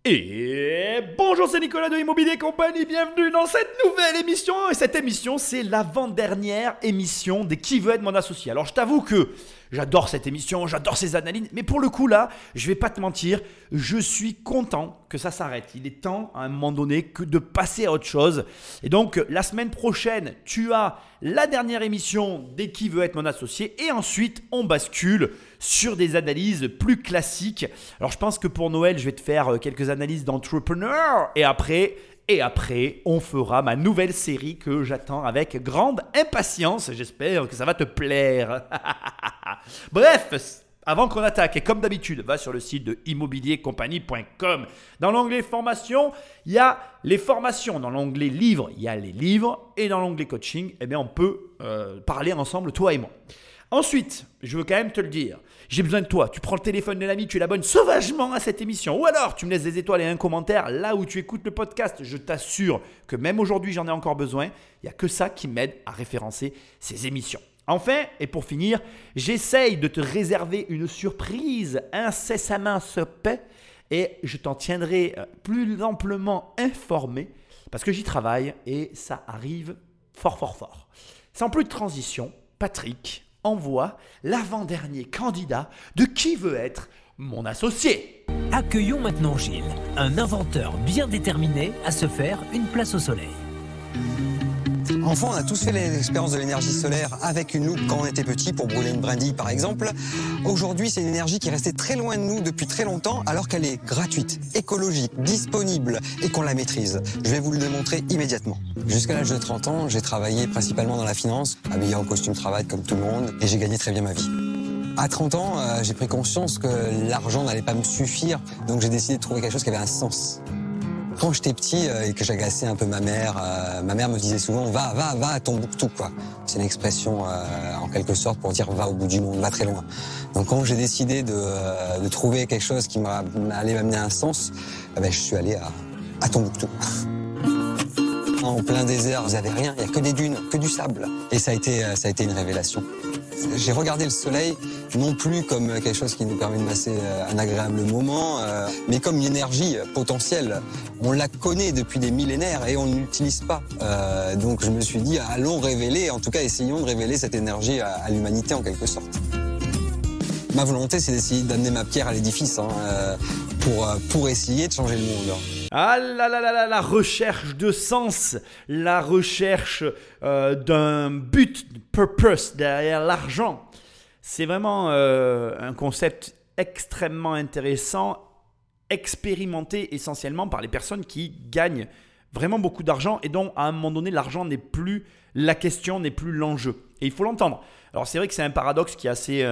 Et bonjour, c'est Nicolas de Immobilier Compagnie, bienvenue dans cette nouvelle émission. Et cette émission, c'est l'avant-dernière émission des Qui veut être mon associé. Alors je t'avoue que j'adore cette émission, j'adore ces analyses, mais pour le coup là, je vais pas te mentir, je suis content que ça s'arrête. Il est temps à un moment donné que de passer à autre chose. Et donc la semaine prochaine, tu as la dernière émission des Qui veut être mon associé et ensuite on bascule sur des analyses plus classiques. Alors je pense que pour Noël, je vais te faire quelques analyses d'entrepreneurs et après, on fera ma nouvelle série que j'attends avec grande impatience. J'espère que ça va te plaire. Bref, avant qu'on attaque, et comme d'habitude, va sur le site de immobiliercompagnie.com. Dans l'onglet formation, il y a les formations. Dans l'onglet livres, il y a les livres. Et dans l'onglet coaching, on peut parler ensemble, toi et moi. Ensuite, je veux quand même te le dire, j'ai besoin de toi. Tu prends le téléphone de l'ami, tu l'abonnes sauvagement à cette émission. Ou alors, tu me laisses des étoiles et un commentaire là où tu écoutes le podcast. Je t'assure que même aujourd'hui, j'en ai encore besoin. Il n'y a que ça qui m'aide à référencer ces émissions. Enfin, et pour finir, j'essaye de te réserver une surprise incessamment sous peu et je t'en tiendrai plus amplement informé parce que j'y travaille et ça arrive fort. Sans plus de transition, Patrick envoie l'avant-dernier candidat de Qui veut être mon associé. Accueillons maintenant Gilles, un inventeur bien déterminé à se faire une place au soleil. Enfant, on a tous fait l'expérience de l'énergie solaire avec une loupe quand on était petit pour brûler une brindille par exemple. Aujourd'hui, c'est une énergie qui est restée très loin de nous depuis très longtemps alors qu'elle est gratuite, écologique, disponible et qu'on la maîtrise. Je vais vous le démontrer immédiatement. Jusqu'à l'âge de 30 ans, j'ai travaillé principalement dans la finance, habillé en costume travail comme tout le monde et j'ai gagné très bien ma vie. À 30 ans, j'ai pris conscience que l'argent n'allait pas me suffire, donc j'ai décidé de trouver quelque chose qui avait un sens. Quand j'étais petit et que j'agaçais un peu ma mère me disait souvent va à Tombouctou quoi. C'est une expression en quelque sorte pour dire va au bout du monde, va très loin. Donc quand j'ai décidé de trouver quelque chose qui allait m'amener un sens, je suis allé à Tombouctou. En plein désert, vous avez rien, il n'y a que des dunes, que du sable. Et ça a été une révélation. J'ai regardé le soleil non plus comme quelque chose qui nous permet de passer un agréable moment, mais comme une énergie potentielle. On la connaît depuis des millénaires et on ne l'utilise pas. Donc je me suis dit, allons révéler, en tout cas essayons de révéler cette énergie à l'humanité en quelque sorte. Ma volonté, c'est d'essayer d'amener ma pierre à l'édifice pour essayer de changer le monde. Ah là là là là, la recherche de sens, la recherche d'un but, purpose derrière l'argent. C'est vraiment un concept extrêmement intéressant, expérimenté essentiellement par les personnes qui gagnent vraiment beaucoup d'argent et dont à un moment donné l'argent n'est plus la question, n'est plus l'enjeu. Et il faut l'entendre. Alors c'est vrai que c'est un paradoxe qui est assez,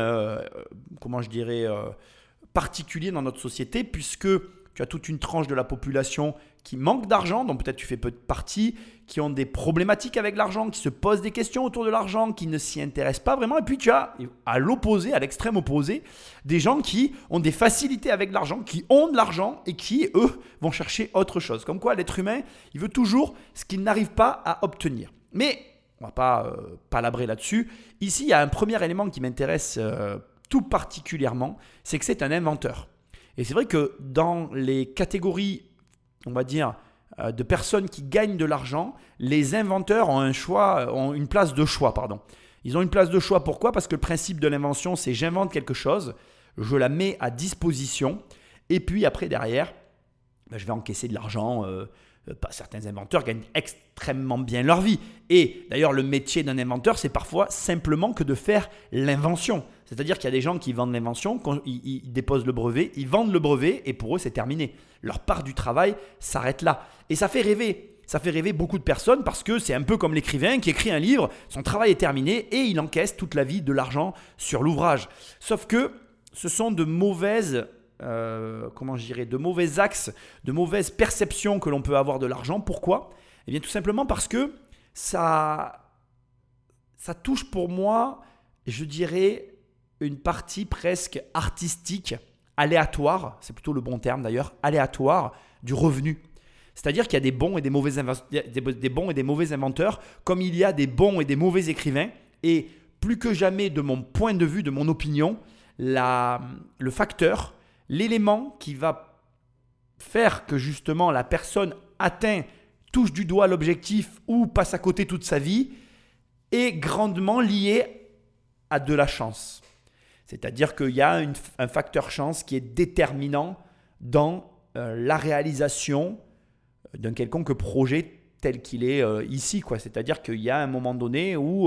particulier dans notre société puisque tu as toute une tranche de la population qui manque d'argent, dont peut-être tu fais peu de partie, qui ont des problématiques avec l'argent, qui se posent des questions autour de l'argent, qui ne s'y intéressent pas vraiment. Et puis tu as à l'opposé, à l'extrême opposé, des gens qui ont des facilités avec l'argent, qui ont de l'argent et qui, eux, vont chercher autre chose. Comme quoi, l'être humain, il veut toujours ce qu'il n'arrive pas à obtenir. Mais on ne va pas palabrer là-dessus. Ici, il y a un premier élément qui m'intéresse tout particulièrement, c'est que c'est un inventeur. Et c'est vrai que dans les catégories, on va dire, de personnes qui gagnent de l'argent, les inventeurs ont une place de choix. Ils ont une place de choix. Pourquoi ? Parce que le principe de l'invention, c'est j'invente quelque chose, je la mets à disposition, et puis après, derrière, je vais encaisser de l'argent. Certains inventeurs gagnent extrêmement bien leur vie. Et d'ailleurs, le métier d'un inventeur, c'est parfois simplement que de faire l'invention. C'est-à-dire qu'il y a des gens qui vendent l'invention, ils déposent le brevet, ils vendent le brevet et pour eux, c'est terminé. Leur part du travail s'arrête là. Et ça fait rêver. Ça fait rêver beaucoup de personnes parce que c'est un peu comme l'écrivain qui écrit un livre, son travail est terminé et il encaisse toute la vie de l'argent sur l'ouvrage. Sauf que ce sont de mauvaises de mauvais axes, de mauvaises perceptions que l'on peut avoir de l'argent. Pourquoi ? Eh bien, tout simplement parce que ça touche pour moi, je dirais, une partie presque artistique, aléatoire, c'est plutôt le bon terme d'ailleurs, aléatoire du revenu. C'est-à-dire qu'il y a des bons et des mauvais inventeurs, comme il y a des bons et des mauvais écrivains. Et plus que jamais, de mon point de vue, de mon opinion, le facteur, l'élément qui va faire que justement la personne touche du doigt l'objectif ou passe à côté toute sa vie est grandement lié à de la chance. C'est-à-dire qu'il y a un facteur chance qui est déterminant dans la réalisation d'un quelconque projet tel qu'il est ici, quoi. C'est-à-dire qu'il y a un moment donné où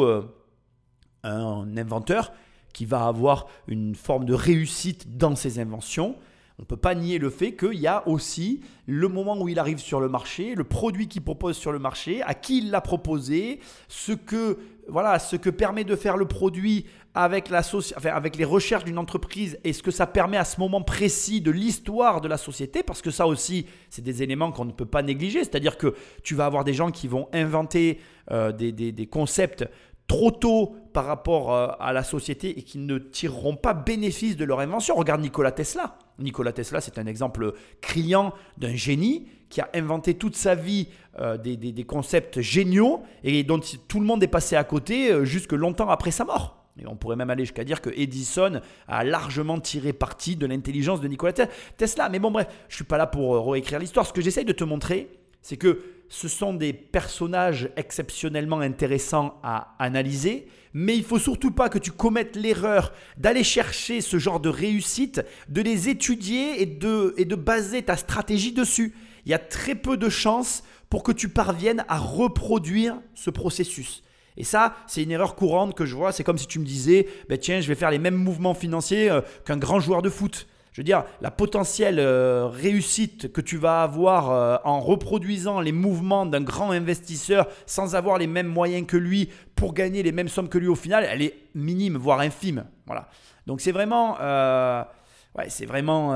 un inventeur qui va avoir une forme de réussite dans ses inventions, on ne peut pas nier le fait qu'il y a aussi le moment où il arrive sur le marché, le produit qu'il propose sur le marché, à qui il l'a proposé, ce que permet de faire le produit avec les recherches d'une entreprise et ce que ça permet à ce moment précis de l'histoire de la société, parce que ça aussi, c'est des éléments qu'on ne peut pas négliger. C'est-à-dire que tu vas avoir des gens qui vont inventer des concepts trop tôt par rapport à la société et qui ne tireront pas bénéfice de leur invention. Regarde Nikola Tesla. Nikola Tesla, c'est un exemple criant d'un génie qui a inventé toute sa vie des concepts géniaux et dont tout le monde est passé à côté jusque longtemps après sa mort. Et on pourrait même aller jusqu'à dire que Edison a largement tiré parti de l'intelligence de Nikola Tesla. Mais bon, bref, je ne suis pas là pour réécrire l'histoire. Ce que j'essaye de te montrer, c'est que ce sont des personnages exceptionnellement intéressants à analyser, mais il ne faut surtout pas que tu commettes l'erreur d'aller chercher ce genre de réussite, de les étudier et de baser ta stratégie dessus. Il y a très peu de chances pour que tu parviennes à reproduire ce processus. Et ça, c'est une erreur courante que je vois. C'est comme si tu me disais, tiens, je vais faire les mêmes mouvements financiers qu'un grand joueur de foot. Je veux dire, la potentielle réussite que tu vas avoir en reproduisant les mouvements d'un grand investisseur sans avoir les mêmes moyens que lui pour gagner les mêmes sommes que lui au final, elle est minime, voire infime. Voilà. Donc c'est vraiment, c'est vraiment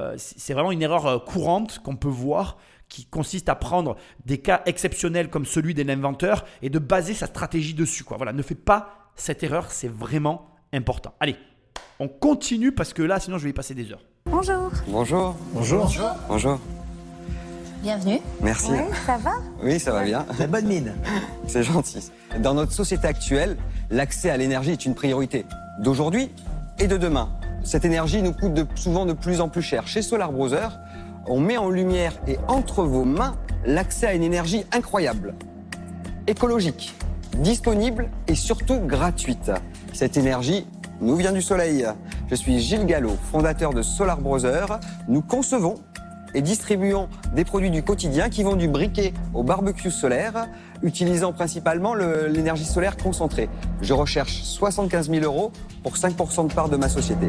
une erreur courante qu'on peut voir, qui consiste à prendre des cas exceptionnels comme celui de l'inventeur et de baser sa stratégie dessus, quoi. Voilà, ne fais pas cette erreur, c'est vraiment important. Allez, on continue parce que là, sinon je vais y passer des heures. Bonjour. Bonjour. Bonjour. Bonjour. Bienvenue. Merci. Ouais, ça va? Oui, ça va bien. La bonne mine. C'est gentil. Dans notre société actuelle, l'accès à l'énergie est une priorité d'aujourd'hui et de demain. Cette énergie nous coûte souvent de plus en plus cher. Chez Solar Brothers, on met en lumière et entre vos mains l'accès à une énergie incroyable, écologique, disponible et surtout gratuite. Cette énergie nous vient du soleil. Je suis Gilles Gallo, fondateur de Solar Brothers. Nous concevons et distribuons des produits du quotidien qui vont du briquet au barbecue solaire, utilisant principalement l'énergie solaire concentrée. Je recherche 75 000 € pour 5% de part de ma société.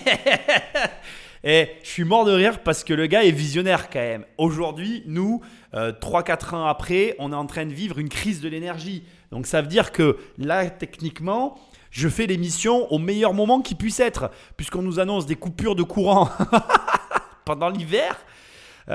Et je suis mort de rire parce que le gars est visionnaire quand même. Aujourd'hui, nous, 3-4 ans après, on est en train de vivre une crise de l'énergie. Donc ça veut dire que là, techniquement, je fais l'émission au meilleur moment qui puisse être, puisqu'on nous annonce des coupures de courant pendant l'hiver. Et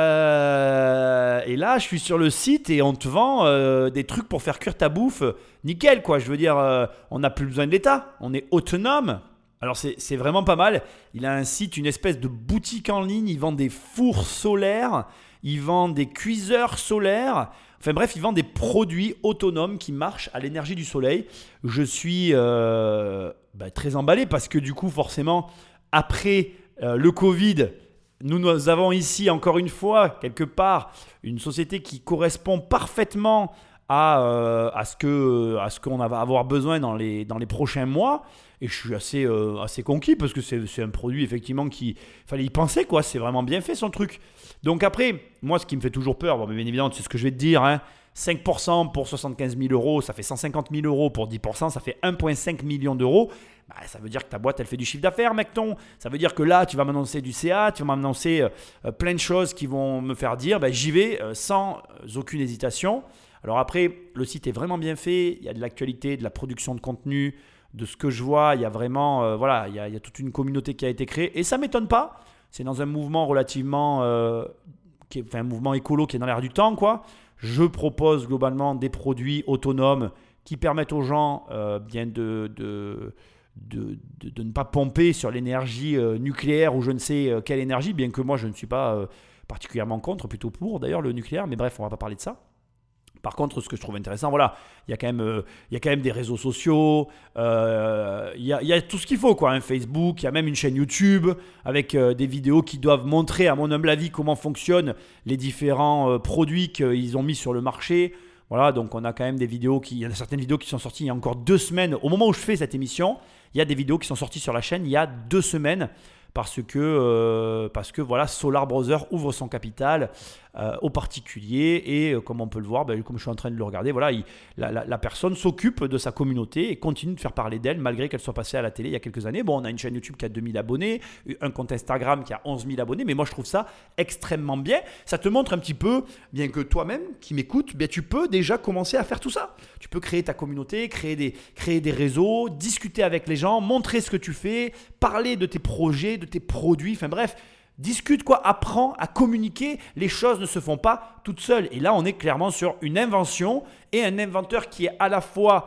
là, je suis sur le site et on te vend des trucs pour faire cuire ta bouffe. Nickel, quoi. Je veux dire, on n'a plus besoin de l'État. On est autonome. Alors, c'est vraiment pas mal. Il a un site, une espèce de boutique en ligne. Il vend des fours solaires. Il vend des cuiseurs solaires. Enfin bref, il vend des produits autonomes qui marchent à l'énergie du soleil. Je suis très emballé parce que du coup, forcément, après le Covid, nous avons ici, encore une fois, quelque part, une société qui correspond parfaitement à ce qu'on va avoir besoin dans les prochains mois. Et je suis assez conquis parce que c'est un produit effectivement qu'il fallait y penser, quoi. C'est vraiment bien fait son truc. Donc après, moi ce qui me fait toujours peur, bien évidemment, c'est ce que je vais te dire, hein, 5% pour 75 000 €, ça fait 150 000 € pour 10%, ça fait 1,5 million d'euros. Ça veut dire que ta boîte, elle fait du chiffre d'affaires, mecton. Ça veut dire que là, tu vas m'annoncer du CA, tu vas m'annoncer plein de choses qui vont me faire dire, j'y vais sans aucune hésitation. Alors après, le site est vraiment bien fait, il y a de l'actualité, de la production de contenu. De ce que je vois, il y a vraiment il y a toute une communauté qui a été créée et ça ne m'étonne pas. C'est dans un mouvement relativement un mouvement écolo qui est dans l'air du temps, quoi. Je propose globalement des produits autonomes qui permettent aux gens de ne pas pomper sur l'énergie nucléaire ou je ne sais quelle énergie, bien que moi je ne suis pas particulièrement contre, plutôt pour d'ailleurs le nucléaire, mais bref, on ne va pas parler de ça. Par contre, ce que je trouve intéressant, voilà, il y a quand même des réseaux sociaux, il y a tout ce qu'il faut, quoi, hein, Facebook, il y a même une chaîne YouTube avec des vidéos qui doivent montrer, à mon humble avis, comment fonctionnent les différents produits qu'ils ont mis sur le marché. Voilà, donc on a quand même il y a certaines vidéos qui sont sorties il y a encore 2 semaines. Au moment où je fais cette émission, il y a des vidéos qui sont sorties sur la chaîne il y a 2 semaines. Parce que voilà, Solar Brother ouvre son capital aux particuliers et comme on peut le voir, comme je suis en train de le regarder, voilà, la personne s'occupe de sa communauté et continue de faire parler d'elle malgré qu'elle soit passée à la télé il y a quelques années. Bon, on a une chaîne YouTube qui a 2000 abonnés, un compte Instagram qui a 11 000 abonnés, mais moi je trouve ça extrêmement bien. Ça te montre un petit peu, bien que toi-même qui m'écoutes, tu peux déjà commencer à faire tout ça. Tu peux créer ta communauté, créer des réseaux, discuter avec les gens, montrer ce que tu fais, parler de tes projets, de tes produits, enfin bref, discute quoi, apprends à communiquer, les choses ne se font pas toutes seules. Et là, on est clairement sur une invention et un inventeur qui est à la fois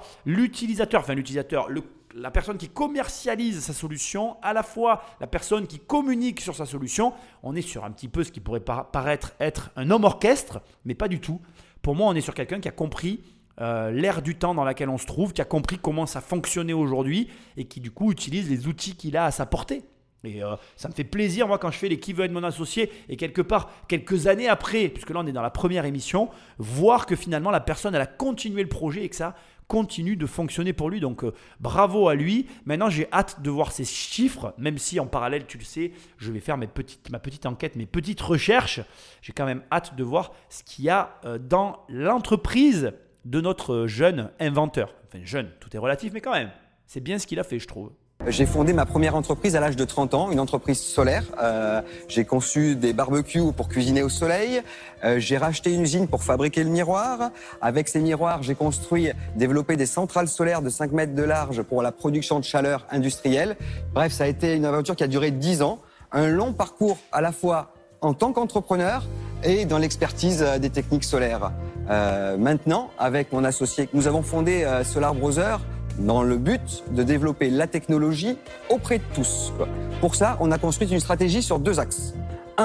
la personne qui commercialise sa solution, à la fois la personne qui communique sur sa solution. On est sur un petit peu ce qui pourrait paraître être un homme orchestre, mais pas du tout. Pour moi, on est sur quelqu'un qui a compris l'ère du temps dans laquelle on se trouve, qui a compris comment ça fonctionnait aujourd'hui et qui du coup utilise les outils qu'il a à sa portée. Et ça me fait plaisir, moi, quand je fais les Qui veut être mon associé et quelque part, quelques années après, puisque là on est dans la première émission, voir que finalement la personne elle a continué le projet et que ça continue de fonctionner pour lui. Donc bravo à lui. Maintenant j'ai hâte de voir ces chiffres, même si en parallèle, tu le sais, je vais faire ma petite enquête, mes petites recherches. J'ai quand même hâte de voir ce qu'il y a dans l'entreprise de notre jeune inventeur. Enfin jeune, tout est relatif, mais quand même, c'est bien ce qu'il a fait, je trouve. J'ai fondé ma première entreprise à l'âge de 30 ans, une entreprise solaire. J'ai conçu des barbecues pour cuisiner au soleil. J'ai racheté une usine pour fabriquer le miroir. Avec ces miroirs, j'ai développé des centrales solaires de 5 mètres de large pour la production de chaleur industrielle. Bref, ça a été une aventure qui a duré 10 ans. Un long parcours à la fois en tant qu'entrepreneur et dans l'expertise des techniques solaires. Maintenant, avec mon associé, nous avons fondé Solar Brother dans le but de développer la technologie auprès de tous. Pour ça, on a construit une stratégie sur 2 axes.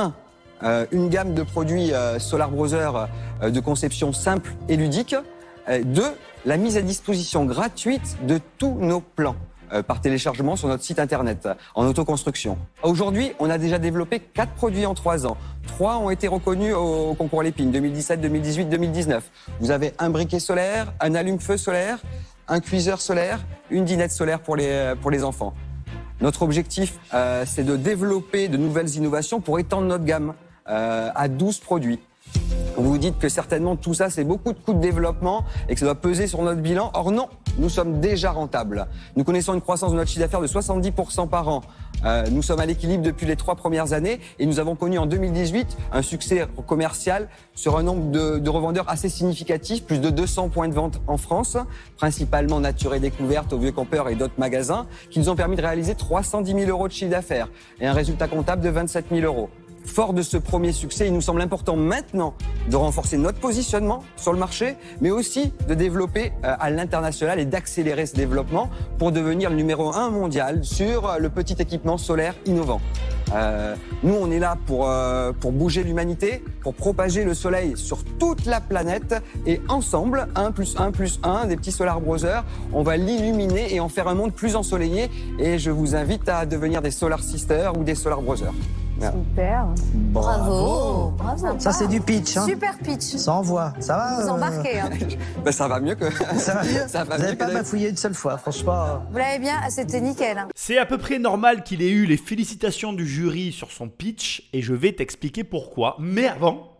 Une gamme de produits Solar Brother de conception simple et ludique. 2, la mise à disposition gratuite de tous nos plans par téléchargement sur notre site internet en autoconstruction. Aujourd'hui, on a déjà développé 4 produits en 3 ans. 3 ont été reconnus au concours Lépine 2017, 2018, 2019. Vous avez un briquet solaire, un allume-feu solaire, un cuiseur solaire, une dinette solaire pour les enfants. Notre objectif, c'est de développer de nouvelles innovations pour étendre notre gamme à 12 produits. Vous vous dites que certainement tout ça, c'est beaucoup de coûts de développement et que ça doit peser sur notre bilan. Or non, nous sommes déjà rentables. Nous connaissons une croissance de notre chiffre d'affaires de 70% par an. Nous sommes à l'équilibre depuis les 3 premières années et nous avons connu en 2018 un succès commercial sur un nombre de revendeurs assez significatif, plus de 200 points de vente en France, principalement Nature et Découverte, au Vieux Campeur et d'autres magasins, qui nous ont permis de réaliser 310 000 € de chiffre d'affaires et un résultat comptable de 27 000 €. Fort de ce premier succès, il nous semble important maintenant de renforcer notre positionnement sur le marché, mais aussi de développer à l'international et d'accélérer ce développement pour devenir le numéro 1 mondial sur le petit équipement solaire innovant. Nous, on est là pour bouger l'humanité, pour propager le soleil sur toute la planète et ensemble, 1 + 1 + 1, des petits Solar Brothers, on va l'illuminer et en faire un monde plus ensoleillé et je vous invite à devenir des Solar Sisters ou des Solar Brothers. Super. Bravo. Ça, c'est du pitch. Hein. Super pitch. Ça envoie. Ça va Vous embarquez. Hein. Ça va mieux que... Ça va mieux. Ça va Vous mieux n'avez pas que bafouillé une seule fois, franchement. Vous l'avez bien, c'était nickel. Hein. C'est à peu près normal qu'il ait eu les félicitations du jury sur son pitch et je vais t'expliquer pourquoi. Mais avant,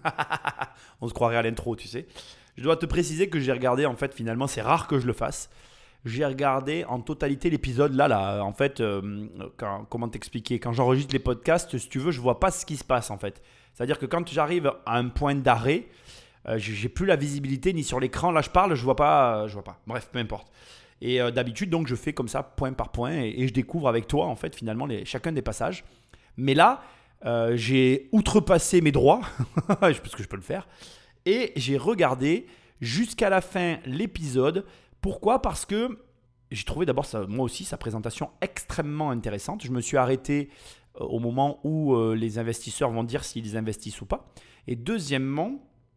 on se croirait à l'intro, tu sais. Je dois te préciser que j'ai regardé, en fait, finalement, c'est rare que je le fasse. J'ai regardé en totalité l'épisode là. En fait, comment t'expliquer ? Quand j'enregistre les podcasts, si tu veux, je vois pas ce qui se passe en fait. C'est-à-dire que quand j'arrive à un point d'arrêt, j'ai plus la visibilité ni sur l'écran. Là, je parle, je vois pas. Bref, peu importe. Et d'habitude, donc, je fais comme ça, point par point, et je découvre avec toi en fait finalement chacun des passages. Mais là, j'ai outrepassé mes droits parce que je peux le faire, et j'ai regardé jusqu'à la fin l'épisode. Pourquoi ? Parce que j'ai trouvé d'abord, moi aussi, sa présentation extrêmement intéressante. Je me suis arrêté au moment où les investisseurs vont dire s'ils investissent ou pas. Et deuxièmement,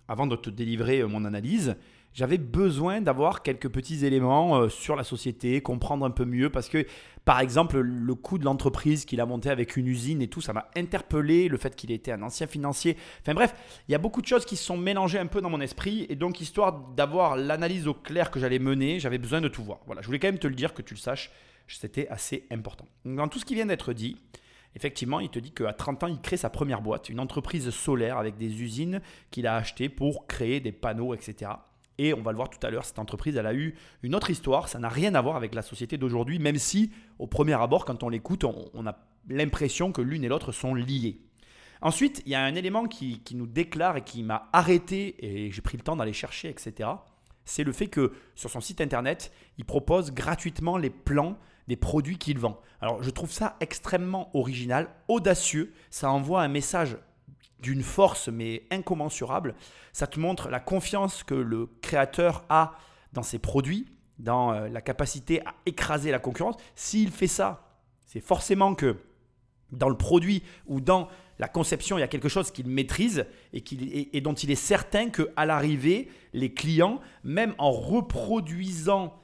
avant de te délivrer mon analyse, j'avais besoin d'avoir quelques petits éléments sur la société, comprendre un peu mieux parce que, par exemple, le coût de l'entreprise qu'il a monté avec une usine et tout, ça m'a interpellé, le fait qu'il était un ancien financier. Enfin bref, il y a beaucoup de choses qui se sont mélangées un peu dans mon esprit et donc, histoire d'avoir l'analyse au clair que j'allais mener, j'avais besoin de tout voir. Voilà, je voulais quand même te le dire, que tu le saches, c'était assez important. Donc, dans tout ce qui vient d'être dit, effectivement, il te dit qu'à 30 ans, il crée sa première boîte, une entreprise solaire avec des usines qu'il a achetées pour créer des panneaux, etc. Et on va le voir tout à l'heure, cette entreprise, elle a eu une autre histoire. Ça n'a rien à voir avec la société d'aujourd'hui, même si, au premier abord, quand on l'écoute, on a l'impression que l'une et l'autre sont liées. Ensuite, il y a un élément qui nous déclare et qui m'a arrêté, et j'ai pris le temps d'aller chercher, etc. C'est le fait que sur son site internet, il propose gratuitement les plans des produits qu'il vend. Alors, je trouve ça extrêmement original, audacieux. Ça envoie un message d'une force mais incommensurable. Ça te montre la confiance que le créateur a dans ses produits, dans la capacité à écraser la concurrence. S'il fait ça, c'est forcément que dans le produit ou dans la conception, il y a quelque chose qu'il maîtrise et dont il est certain qu'à l'arrivée, les clients, même en reproduisant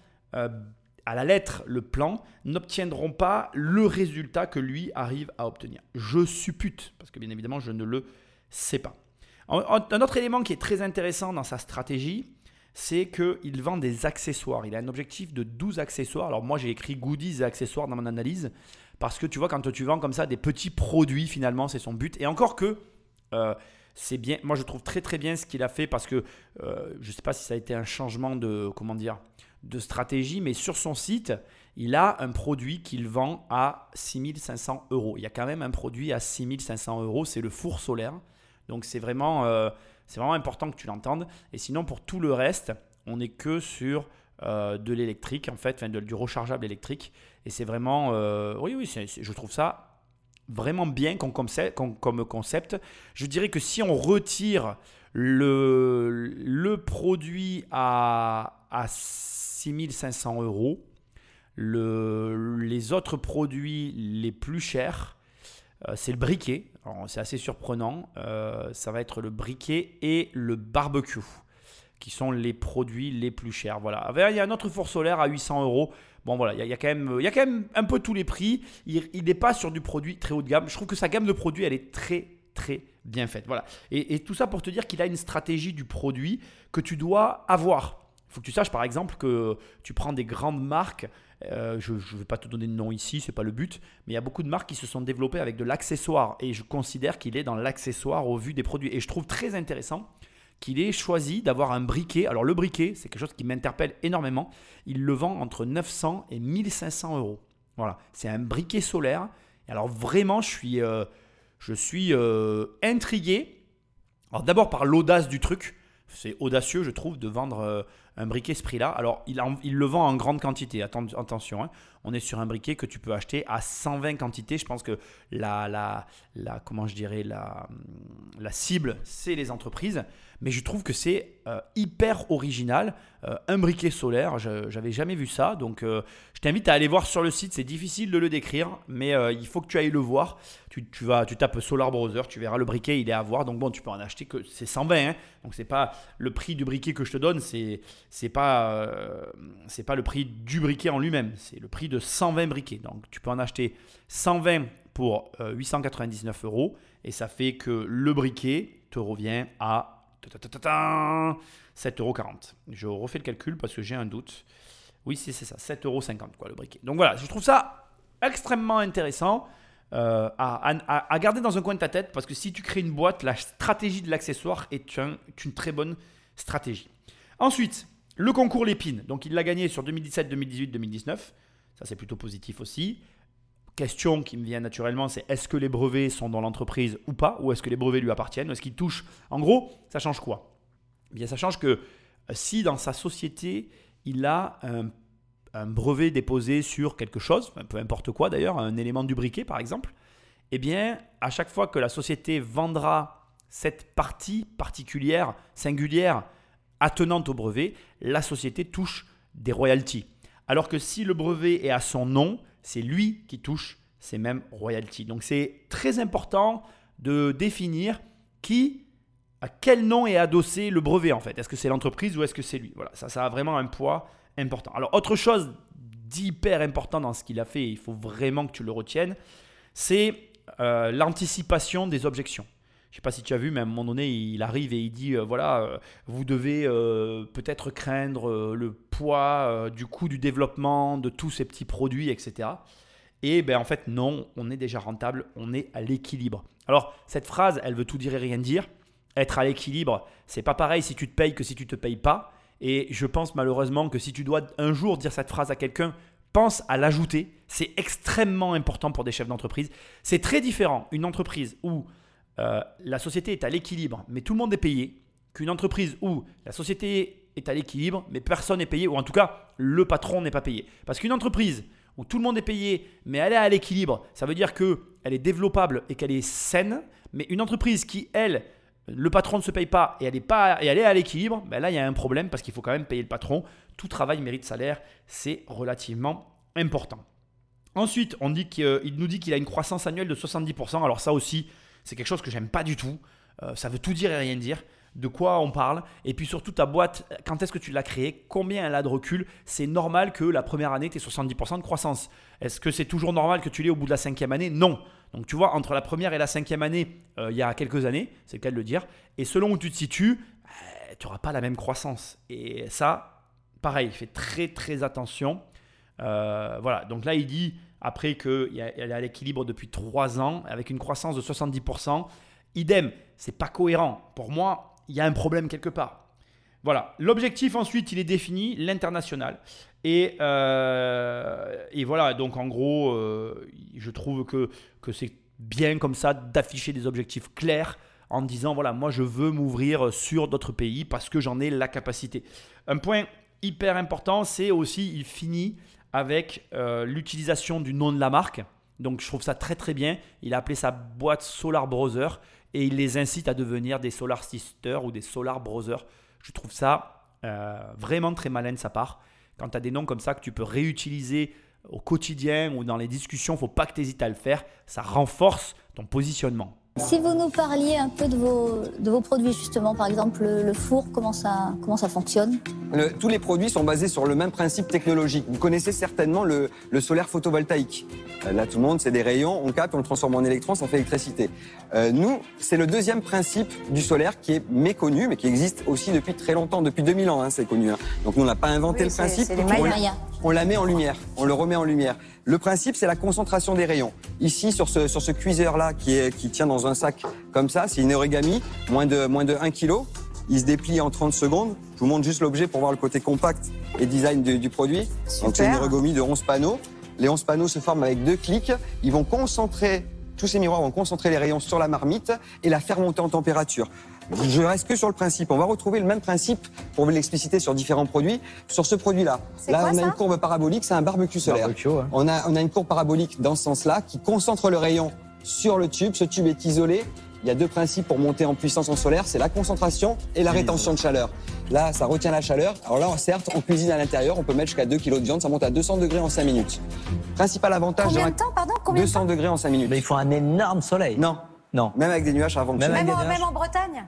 à la lettre le plan, n'obtiendront pas le résultat que lui arrive à obtenir. Je suppute, parce que bien évidemment, je ne le sais pas. Un autre élément qui est très intéressant dans sa stratégie, c'est qu'il vend des accessoires. Il a un objectif de 12 accessoires. Alors moi, j'ai écrit goodies et accessoires dans mon analyse, parce que tu vois, quand tu vends comme ça des petits produits, finalement, c'est son but. Et encore que c'est bien. Moi, je trouve très très bien ce qu'il a fait, parce que je ne sais pas si ça a été un changement de stratégie, mais sur son site, il a un produit qu'il vend à 6 500 €. Il y a quand même un produit à 6 500 €, c'est le four solaire. Donc c'est vraiment important que tu l'entendes. Et sinon, pour tout le reste, on n'est que sur de l'électrique, en fait, du rechargeable électrique. Et c'est vraiment, je trouve ça vraiment bien comme concept. Je dirais que si on retire le produit à 6 500 €, les autres produits les plus chers, c'est le briquet. Alors, c'est assez surprenant. Ça va être le briquet et le barbecue qui sont les produits les plus chers. Voilà. Il y a un autre four solaire à 800 €. Bon, voilà, il y a quand même un peu tous les prix. Il n'est pas sur du produit très haut de gamme. Je trouve que sa gamme de produits, elle est très, très bien faite. Voilà. Et tout ça pour te dire qu'il a une stratégie du produit que tu dois avoir. Il faut que tu saches, par exemple, que tu prends des grandes marques. Je ne vais pas te donner de nom ici, ce n'est pas le but. Mais il y a beaucoup de marques qui se sont développées avec de l'accessoire. Et je considère qu'il est dans l'accessoire au vu des produits. Et je trouve très intéressant qu'il ait choisi d'avoir un briquet. Alors le briquet, c'est quelque chose qui m'interpelle énormément. Il le vend entre 900 et 1500 €. Voilà, c'est un briquet solaire. Et alors vraiment, je suis intrigué. Alors d'abord par l'audace du truc. C'est audacieux, je trouve, de vendre un briquet ce prix-là. Alors, il le vend en grande quantité. Attention, hein. On est sur un briquet que tu peux acheter à 120 quantités. Je pense que la cible, c'est les entreprises. Mais je trouve que c'est hyper original. Un briquet solaire, je n'avais jamais vu ça. Donc, je t'invite à aller voir sur le site. C'est difficile de le décrire, mais il faut que tu ailles le voir. Tu tapes Solar Browser, tu verras le briquet, il est à voir. Donc, bon, tu peux en acheter que c'est 120. Hein. Donc, c'est pas le prix du briquet que je te donne. C'est pas le prix du briquet en lui-même. C'est le prix de 120 briquets. Donc, tu peux en acheter 120 pour 899 €. Et ça fait que le briquet te revient à 7,40 €. Je refais le calcul parce que j'ai un doute. Oui, c'est ça, 7,50 € quoi, le briquet. Donc voilà, je trouve ça extrêmement intéressant à garder dans un coin de ta tête, parce que si tu crées une boîte, la stratégie de l'accessoire est une très bonne stratégie. Ensuite, le concours Lépine. Donc il l'a gagné sur 2017, 2018, 2019. Ça, c'est plutôt positif aussi. Question qui me vient naturellement, c'est est-ce que les brevets sont dans l'entreprise ou pas, ou est-ce que les brevets lui appartiennent, ou est-ce qu'il touche. En gros, ça change quoi ? Eh bien, ça change que si dans sa société, il a un brevet déposé sur quelque chose, peu importe quoi d'ailleurs, un élément du briquet par exemple, eh bien, à chaque fois que la société vendra cette partie particulière, singulière, attenante au brevet, la société touche des royalties. Alors que si le brevet est à son nom, c'est lui qui touche ces mêmes royalties. Donc, c'est très important de définir qui à quel nom est adossé le brevet en fait. Est-ce que c'est l'entreprise ou est-ce que c'est lui? Voilà, ça a vraiment un poids important. Alors, autre chose d'hyper important dans ce qu'il a fait, il faut vraiment que tu le retiennes, c'est l'anticipation des objections. Je ne sais pas si tu as vu, mais à un moment donné, il arrive et il dit vous devez peut-être craindre le poids du coût du développement de tous ces petits produits, etc. Et ben en fait, non, on est déjà rentable, on est à l'équilibre. Alors, cette phrase, elle veut tout dire et rien dire. Être à l'équilibre, c'est pas pareil si tu te payes que si tu ne te payes pas. Et je pense malheureusement que si tu dois un jour dire cette phrase à quelqu'un, pense à l'ajouter. C'est extrêmement important pour des chefs d'entreprise. C'est très différent une entreprise où la société est à l'équilibre, mais tout le monde est payé, qu'une entreprise où la société est à l'équilibre, mais personne n'est payé, ou en tout cas, le patron n'est pas payé. Parce qu'une entreprise où tout le monde est payé, mais elle est à l'équilibre, ça veut dire qu'elle est développable et qu'elle est saine. Mais une entreprise qui, elle, le patron ne se paye pas et elle est à l'équilibre, ben là, il y a un problème parce qu'il faut quand même payer le patron. Tout travail mérite salaire, c'est relativement important. Ensuite, il nous dit qu'il a une croissance annuelle de 70%. Alors ça aussi, c'est quelque chose que j'aime pas du tout. Ça veut tout dire et rien dire. De quoi on parle? Et puis surtout, ta boîte, quand est-ce que tu l'as créée? Combien elle a de recul? C'est normal que la première année, tu aies 70% de croissance. Est-ce que c'est toujours normal que tu l'aies au bout de la 5e année? Non. Donc tu vois, entre la première et la 5e année, il y a quelques années, c'est le cas de le dire. Et selon où tu te situes, tu n'auras pas la même croissance. Et ça, pareil, fais très très attention. Voilà, donc là, il dit après qu'elle est à l'équilibre depuis 3 ans, avec une croissance de 70%. Idem, c'est pas cohérent. Pour moi, il y a un problème quelque part. Voilà, l'objectif ensuite, il est défini, l'international. Et voilà, donc en gros, je trouve que c'est bien comme ça d'afficher des objectifs clairs en disant, voilà, moi je veux m'ouvrir sur d'autres pays parce que j'en ai la capacité. Un point hyper important, c'est aussi, il finit avec l'utilisation du nom de la marque. Donc je trouve ça très très bien. Il a appelé sa boîte Solar Brother et il les incite à devenir des Solar Sisters ou des Solar Brothers. Je trouve ça vraiment très malin de sa part. Quand tu as des noms comme ça que tu peux réutiliser au quotidien ou dans les discussions, il ne faut pas que tu hésites à le faire. Ça renforce ton positionnement. Si vous nous parliez un peu de vos produits justement, par exemple le four, comment ça fonctionne? Tous les produits sont basés sur le même principe technologique. Vous connaissez certainement le solaire photovoltaïque. Là, tout le monde, c'est des rayons, on capte, on le transforme en électrons, ça fait l'électricité. Nous, c'est le deuxième principe du solaire qui est méconnu, mais qui existe aussi depuis très longtemps, depuis 2000 ans, c'est connu. Donc nous, on n'a pas inventé le principe, on la met en lumière, on le remet en lumière. Le principe, c'est la concentration des rayons. Ici, sur ce cuiseur-là qui tient dans un sac comme ça, c'est une origami, moins de 1 kg. Il se déplie en 30 secondes. Je vous montre juste l'objet pour voir le côté compact et design du produit. Super. Donc c'est une origami de 11 panneaux. Les 11 panneaux se forment avec 2 clics. Ils vont concentrer, tous ces miroirs vont concentrer les rayons sur la marmite et la faire monter en température. Je reste que sur le principe. On va retrouver le même principe pour vous l'expliciter sur différents produits. Sur ce produit-là, on a une courbe parabolique, c'est un barbecue solaire. Ouais. On a une courbe parabolique dans ce sens-là qui concentre le rayon sur le tube. Ce tube est isolé. Il y a 2 principes pour monter en puissance en solaire, c'est la concentration et la rétention de chaleur. Là, ça retient la chaleur. Alors là, certes, on cuisine à l'intérieur, on peut mettre jusqu'à 2 kg de viande, ça monte à 200 degrés en 5 minutes. Principal avantage... Combien de temps, pardon? Combien 200 degrés en 5 minutes. Mais il faut un énorme soleil. Non. Même avec des nuages, ça fonctionne. Même en Bretagne?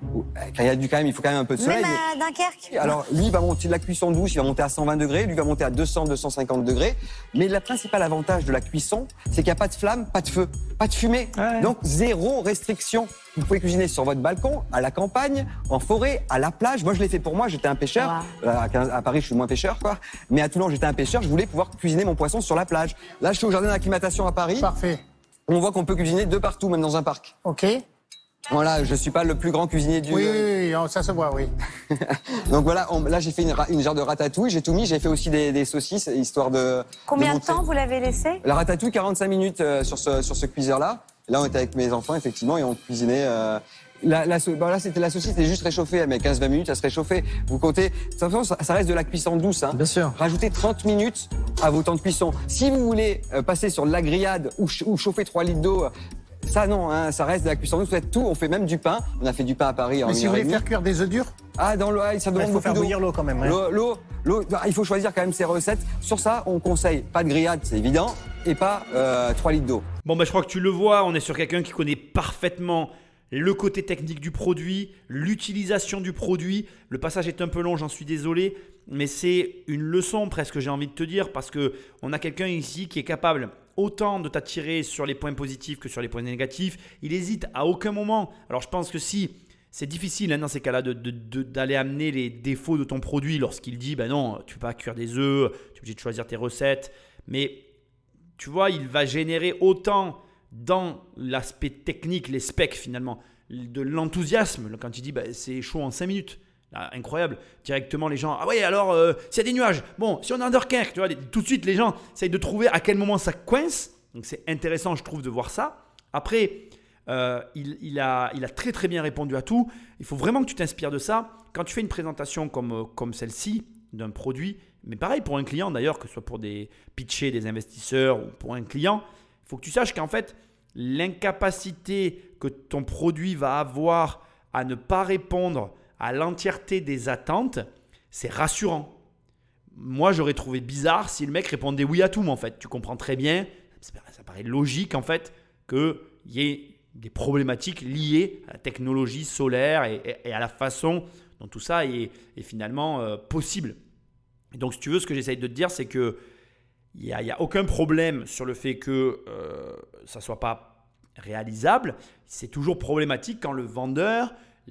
Il faut quand même un peu de soleil. Même à Dunkerque? Alors, lui, il va monter de la cuisson douce, il va monter à 120 degrés. Lui, il va monter à 200, 250 degrés. Mais le principal avantage de la cuisson, c'est qu'il n'y a pas de flamme, pas de feu, pas de fumée. Ouais. Donc, 0 restriction. Vous pouvez cuisiner sur votre balcon, à la campagne, en forêt, à la plage. Moi, je l'ai fait pour moi, j'étais un pêcheur. Wow. À Paris, je suis moins pêcheur, quoi. Mais à Toulon, j'étais un pêcheur, je voulais pouvoir cuisiner mon poisson sur la plage. Là, je suis au jardin d'acclimatation à Paris. Parfait. On voit qu'on peut cuisiner de partout, même dans un parc. Ok. Voilà, je suis pas le plus grand cuisinier du... Oui, ça se voit, oui. Donc voilà, là j'ai fait une jarre de ratatouille, j'ai tout mis, j'ai fait aussi des saucisses, histoire de... Combien de temps vous l'avez laissé? La ratatouille, 45 minutes sur ce cuiseur-là. Là, on était avec mes enfants, effectivement, et on cuisinait... Là, la saucisse était juste réchauffée, mais 15-20 minutes, elle se réchauffait. Vous comptez, de toute façon, ça reste de la cuisson douce. Hein. Bien sûr. Rajoutez 30 minutes à vos temps de cuisson. Si vous voulez passer sur de la grillade ou chauffer 3 litres d'eau... Ça non, hein, ça reste de la cuisson douce, vous faites tout, on fait même du pain. On a fait du pain à Paris en 1 heure et demie. Mais si vous voulez faire cuire des œufs durs? Ah, dans l'eau, ça demande beaucoup d'eau. Il faut faire bouillir l'eau quand même. Ouais. L'eau, il faut choisir quand même ses recettes. Sur ça, on conseille pas de grillade, c'est évident, et pas 3 litres d'eau. Bon, je crois que tu le vois, on est sur quelqu'un qui connaît parfaitement le côté technique du produit, l'utilisation du produit. Le passage est un peu long, j'en suis désolé, mais c'est une leçon presque, j'ai envie de te dire, parce qu'on a quelqu'un ici qui est capable autant de t'attirer sur les points positifs que sur les points négatifs. Il n'hésite à aucun moment. Alors je pense que si c'est difficile dans ces cas-là d'aller amener les défauts de ton produit lorsqu'il dit non, tu ne peux pas cuire des œufs, tu es obligé de choisir tes recettes. Mais tu vois, il va générer autant dans l'aspect technique, les specs finalement, de l'enthousiasme quand il dit c'est chaud en 5 minutes. Là, incroyable. Directement les gens, ah ouais alors s'il y a des nuages, bon si on est en Dunkerque, tu vois, tout de suite les gens essayent de trouver à quel moment ça coince. Donc c'est intéressant je trouve de voir ça. Après, il a très très bien répondu à tout. Il faut vraiment que tu t'inspires de ça. Quand tu fais une présentation comme celle-ci d'un produit, mais pareil pour un client d'ailleurs, que ce soit pour pitcher des investisseurs ou pour un client, il faut que tu saches qu'en fait, l'incapacité que ton produit va avoir à ne pas répondre à l'entièreté des attentes, c'est rassurant. Moi, j'aurais trouvé bizarre si le mec répondait oui à tout, mais en fait, tu comprends très bien, ça paraît logique en fait qu'il y ait des problématiques liées à la technologie solaire et à la façon dont tout ça est finalement possible. Et donc, si tu veux, ce que j'essaye de te dire, c'est qu'il n'y a aucun problème sur le fait que ça ne soit pas réalisable. C'est toujours problématique quand le vendeur,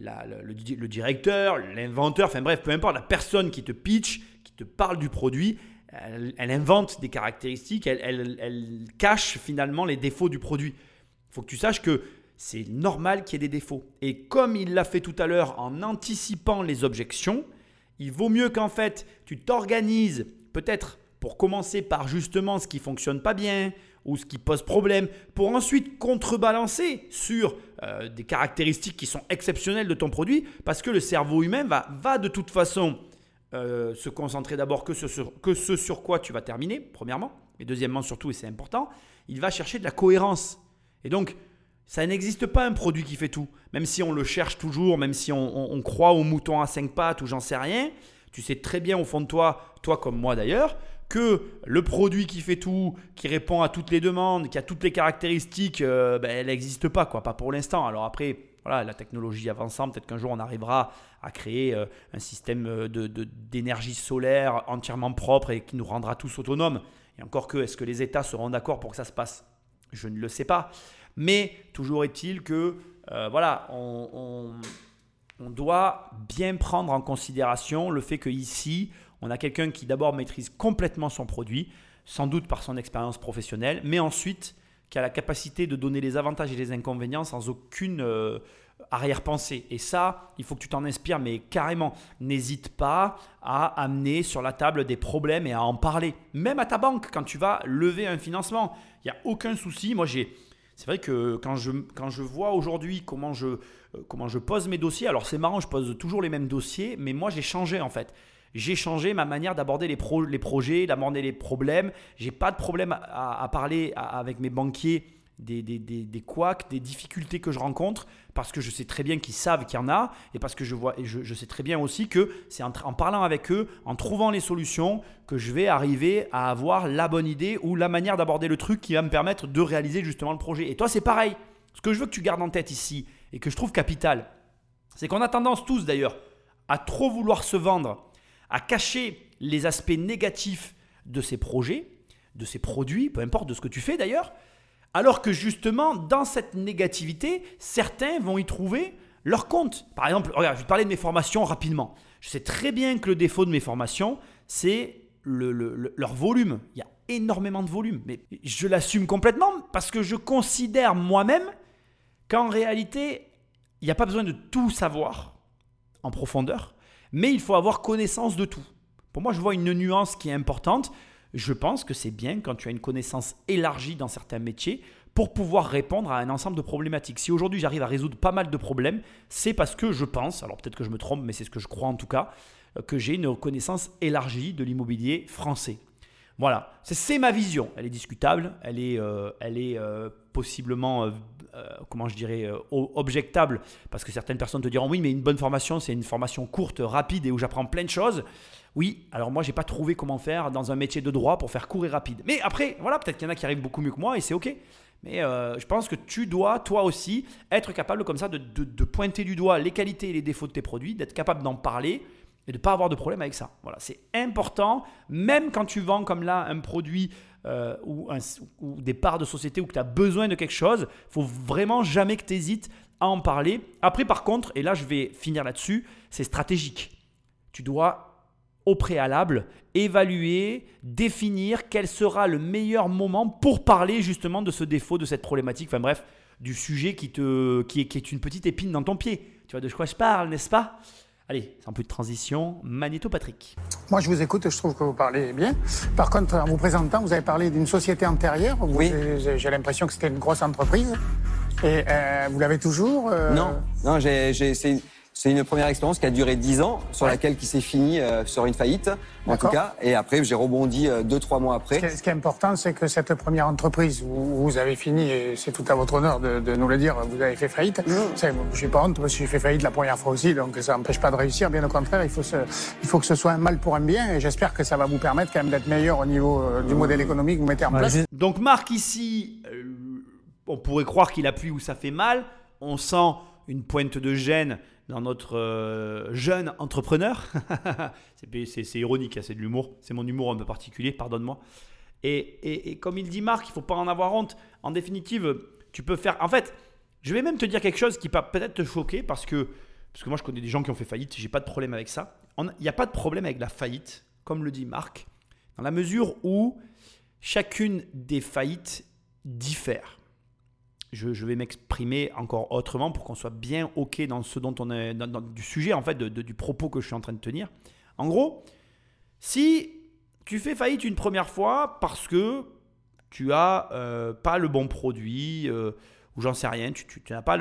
le directeur, l'inventeur, enfin bref, peu importe, la personne qui te pitch, qui te parle du produit, elle invente des caractéristiques, elle cache finalement les défauts du produit. Il faut que tu saches que c'est normal qu'il y ait des défauts. Et comme il l'a fait tout à l'heure en anticipant les objections, il vaut mieux qu'en fait, tu t'organises peut-être pour commencer par justement ce qui ne fonctionne pas bien ou ce qui pose problème, pour ensuite contrebalancer sur des caractéristiques qui sont exceptionnelles de ton produit, parce que le cerveau humain va de toute façon se concentrer d'abord que ce sur quoi tu vas terminer, premièrement, et deuxièmement surtout, et c'est important, il va chercher de la cohérence. Et donc, ça n'existe pas un produit qui fait tout. Même si on le cherche toujours, même si on croit au mouton à 5 pattes ou j'en sais rien, tu sais très bien au fond de toi comme moi d'ailleurs, que le produit qui fait tout, qui répond à toutes les demandes, qui a toutes les caractéristiques, elle n'existe pas, pas pour l'instant. Alors après, voilà, la technologie avançant, peut-être qu'un jour on arrivera à créer un système d'énergie solaire entièrement propre et qui nous rendra tous autonomes. Et encore que, est-ce que les États seront d'accord pour que ça se passe ? Je ne le sais pas. Mais toujours est-il que on doit bien prendre en considération le fait qu'ici, on a quelqu'un qui d'abord maîtrise complètement son produit, sans doute par son expérience professionnelle, mais ensuite qui a la capacité de donner les avantages et les inconvénients sans aucune arrière-pensée. Et ça, il faut que tu t'en inspires, mais carrément, n'hésite pas à amener sur la table des problèmes et à en parler. Même à ta banque, quand tu vas lever un financement, il n'y a aucun souci. Moi, c'est vrai que quand je vois aujourd'hui comment je pose mes dossiers, alors c'est marrant, je pose toujours les mêmes dossiers, mais moi j'ai changé en fait. J'ai changé ma manière d'aborder les projets, d'aborder les problèmes. Je n'ai pas de problème à parler avec mes banquiers des couacs, des difficultés que je rencontre, parce que je sais très bien qu'ils savent qu'il y en a, et parce que je sais très bien aussi que c'est en parlant avec eux, en trouvant les solutions, que je vais arriver à avoir la bonne idée ou la manière d'aborder le truc qui va me permettre de réaliser justement le projet. Et toi, c'est pareil. Ce que je veux que tu gardes en tête ici, et que je trouve capital, c'est qu'on a tendance tous d'ailleurs à trop vouloir se vendre, à cacher les aspects négatifs de ces projets, de ces produits, peu importe de ce que tu fais d'ailleurs, alors que justement, dans cette négativité, certains vont y trouver leur compte. Par exemple, regarde, je vais te parler de mes formations rapidement. Je sais très bien que le défaut de mes formations, c'est leur volume. Il y a énormément de volume, mais je l'assume complètement parce que je considère moi-même qu'en réalité, il n'y a pas besoin de tout savoir en profondeur, mais il faut avoir connaissance de tout. Pour moi, je vois une nuance qui est importante. Je pense que c'est bien quand tu as une connaissance élargie dans certains métiers pour pouvoir répondre à un ensemble de problématiques. Si aujourd'hui j'arrive à résoudre pas mal de problèmes, c'est parce que je pense, alors peut-être que je me trompe, mais c'est ce que je crois en tout cas, que j'ai une connaissance élargie de l'immobilier français. Voilà, c'est ma vision. Elle est discutable, elle est possiblement, objectable, parce que certaines personnes te diront oui, mais une bonne formation, c'est une formation courte, rapide et où j'apprends plein de choses. Oui, alors moi, je n'ai pas trouvé comment faire dans un métier de droit pour faire court et rapide. Mais après, voilà, peut-être qu'il y en a qui arrivent beaucoup mieux que moi et c'est OK. Mais je pense que tu dois, toi aussi, être capable comme ça de pointer du doigt les qualités et les défauts de tes produits, d'être capable d'en parler et de ne pas avoir de problème avec ça. Voilà, c'est important, même quand tu vends comme là un produit ou des parts de société ou que tu as besoin de quelque chose, il ne faut vraiment jamais que tu hésites à en parler. Après, par contre, et là je vais finir là-dessus, c'est stratégique. Tu dois au préalable évaluer, définir quel sera le meilleur moment pour parler justement de ce défaut, de cette problématique, enfin bref, du sujet qui est une petite épine dans ton pied. Tu vois de quoi je parle, n'est-ce pas ? Allez, c'est un peu de transition. Magnéto Patrick. Moi, je vous écoute, je trouve que vous parlez bien. Par contre, en vous présentant, vous avez parlé d'une société antérieure. Oui. J'ai l'impression que c'était une grosse entreprise. Et vous l'avez toujours Non, c'est une première expérience qui a duré 10 ans, sur laquelle qui s'est finie sur une faillite, en tout cas. Et après, j'ai rebondi 2-3 mois après. Ce qui est important, c'est que cette première entreprise où vous avez fini, et c'est tout à votre honneur de nous le dire, vous avez fait faillite. Je n'ai pas honte parce que j'ai fait faillite la première fois aussi, donc ça n'empêche pas de réussir. Bien au contraire, il faut que ce soit un mal pour un bien. Et j'espère que ça va vous permettre quand même d'être meilleur au niveau du modèle économique que vous mettez en place. Donc Marc ici, on pourrait croire qu'il appuie où ça fait mal. On sent une pointe de gêne dans notre jeune entrepreneur. c'est ironique, hein, c'est de l'humour. C'est mon humour un peu particulier, pardonne-moi. Et comme il dit Marc, il ne faut pas en avoir honte. En définitive, tu peux faire... En fait, je vais même te dire quelque chose qui va peut-être te choquer parce que moi, je connais des gens qui ont fait faillite. Je n'ai pas de problème avec ça. Il n'y a pas de problème avec la faillite, comme le dit Marc, dans la mesure où chacune des faillites diffère. Je vais m'exprimer encore autrement pour qu'on soit bien OK dans ce dont on est, du sujet en fait, du propos que je suis en train de tenir. En gros, si tu fais faillite une première fois parce que tu as pas le bon produit ou j'en sais rien, tu n'as pas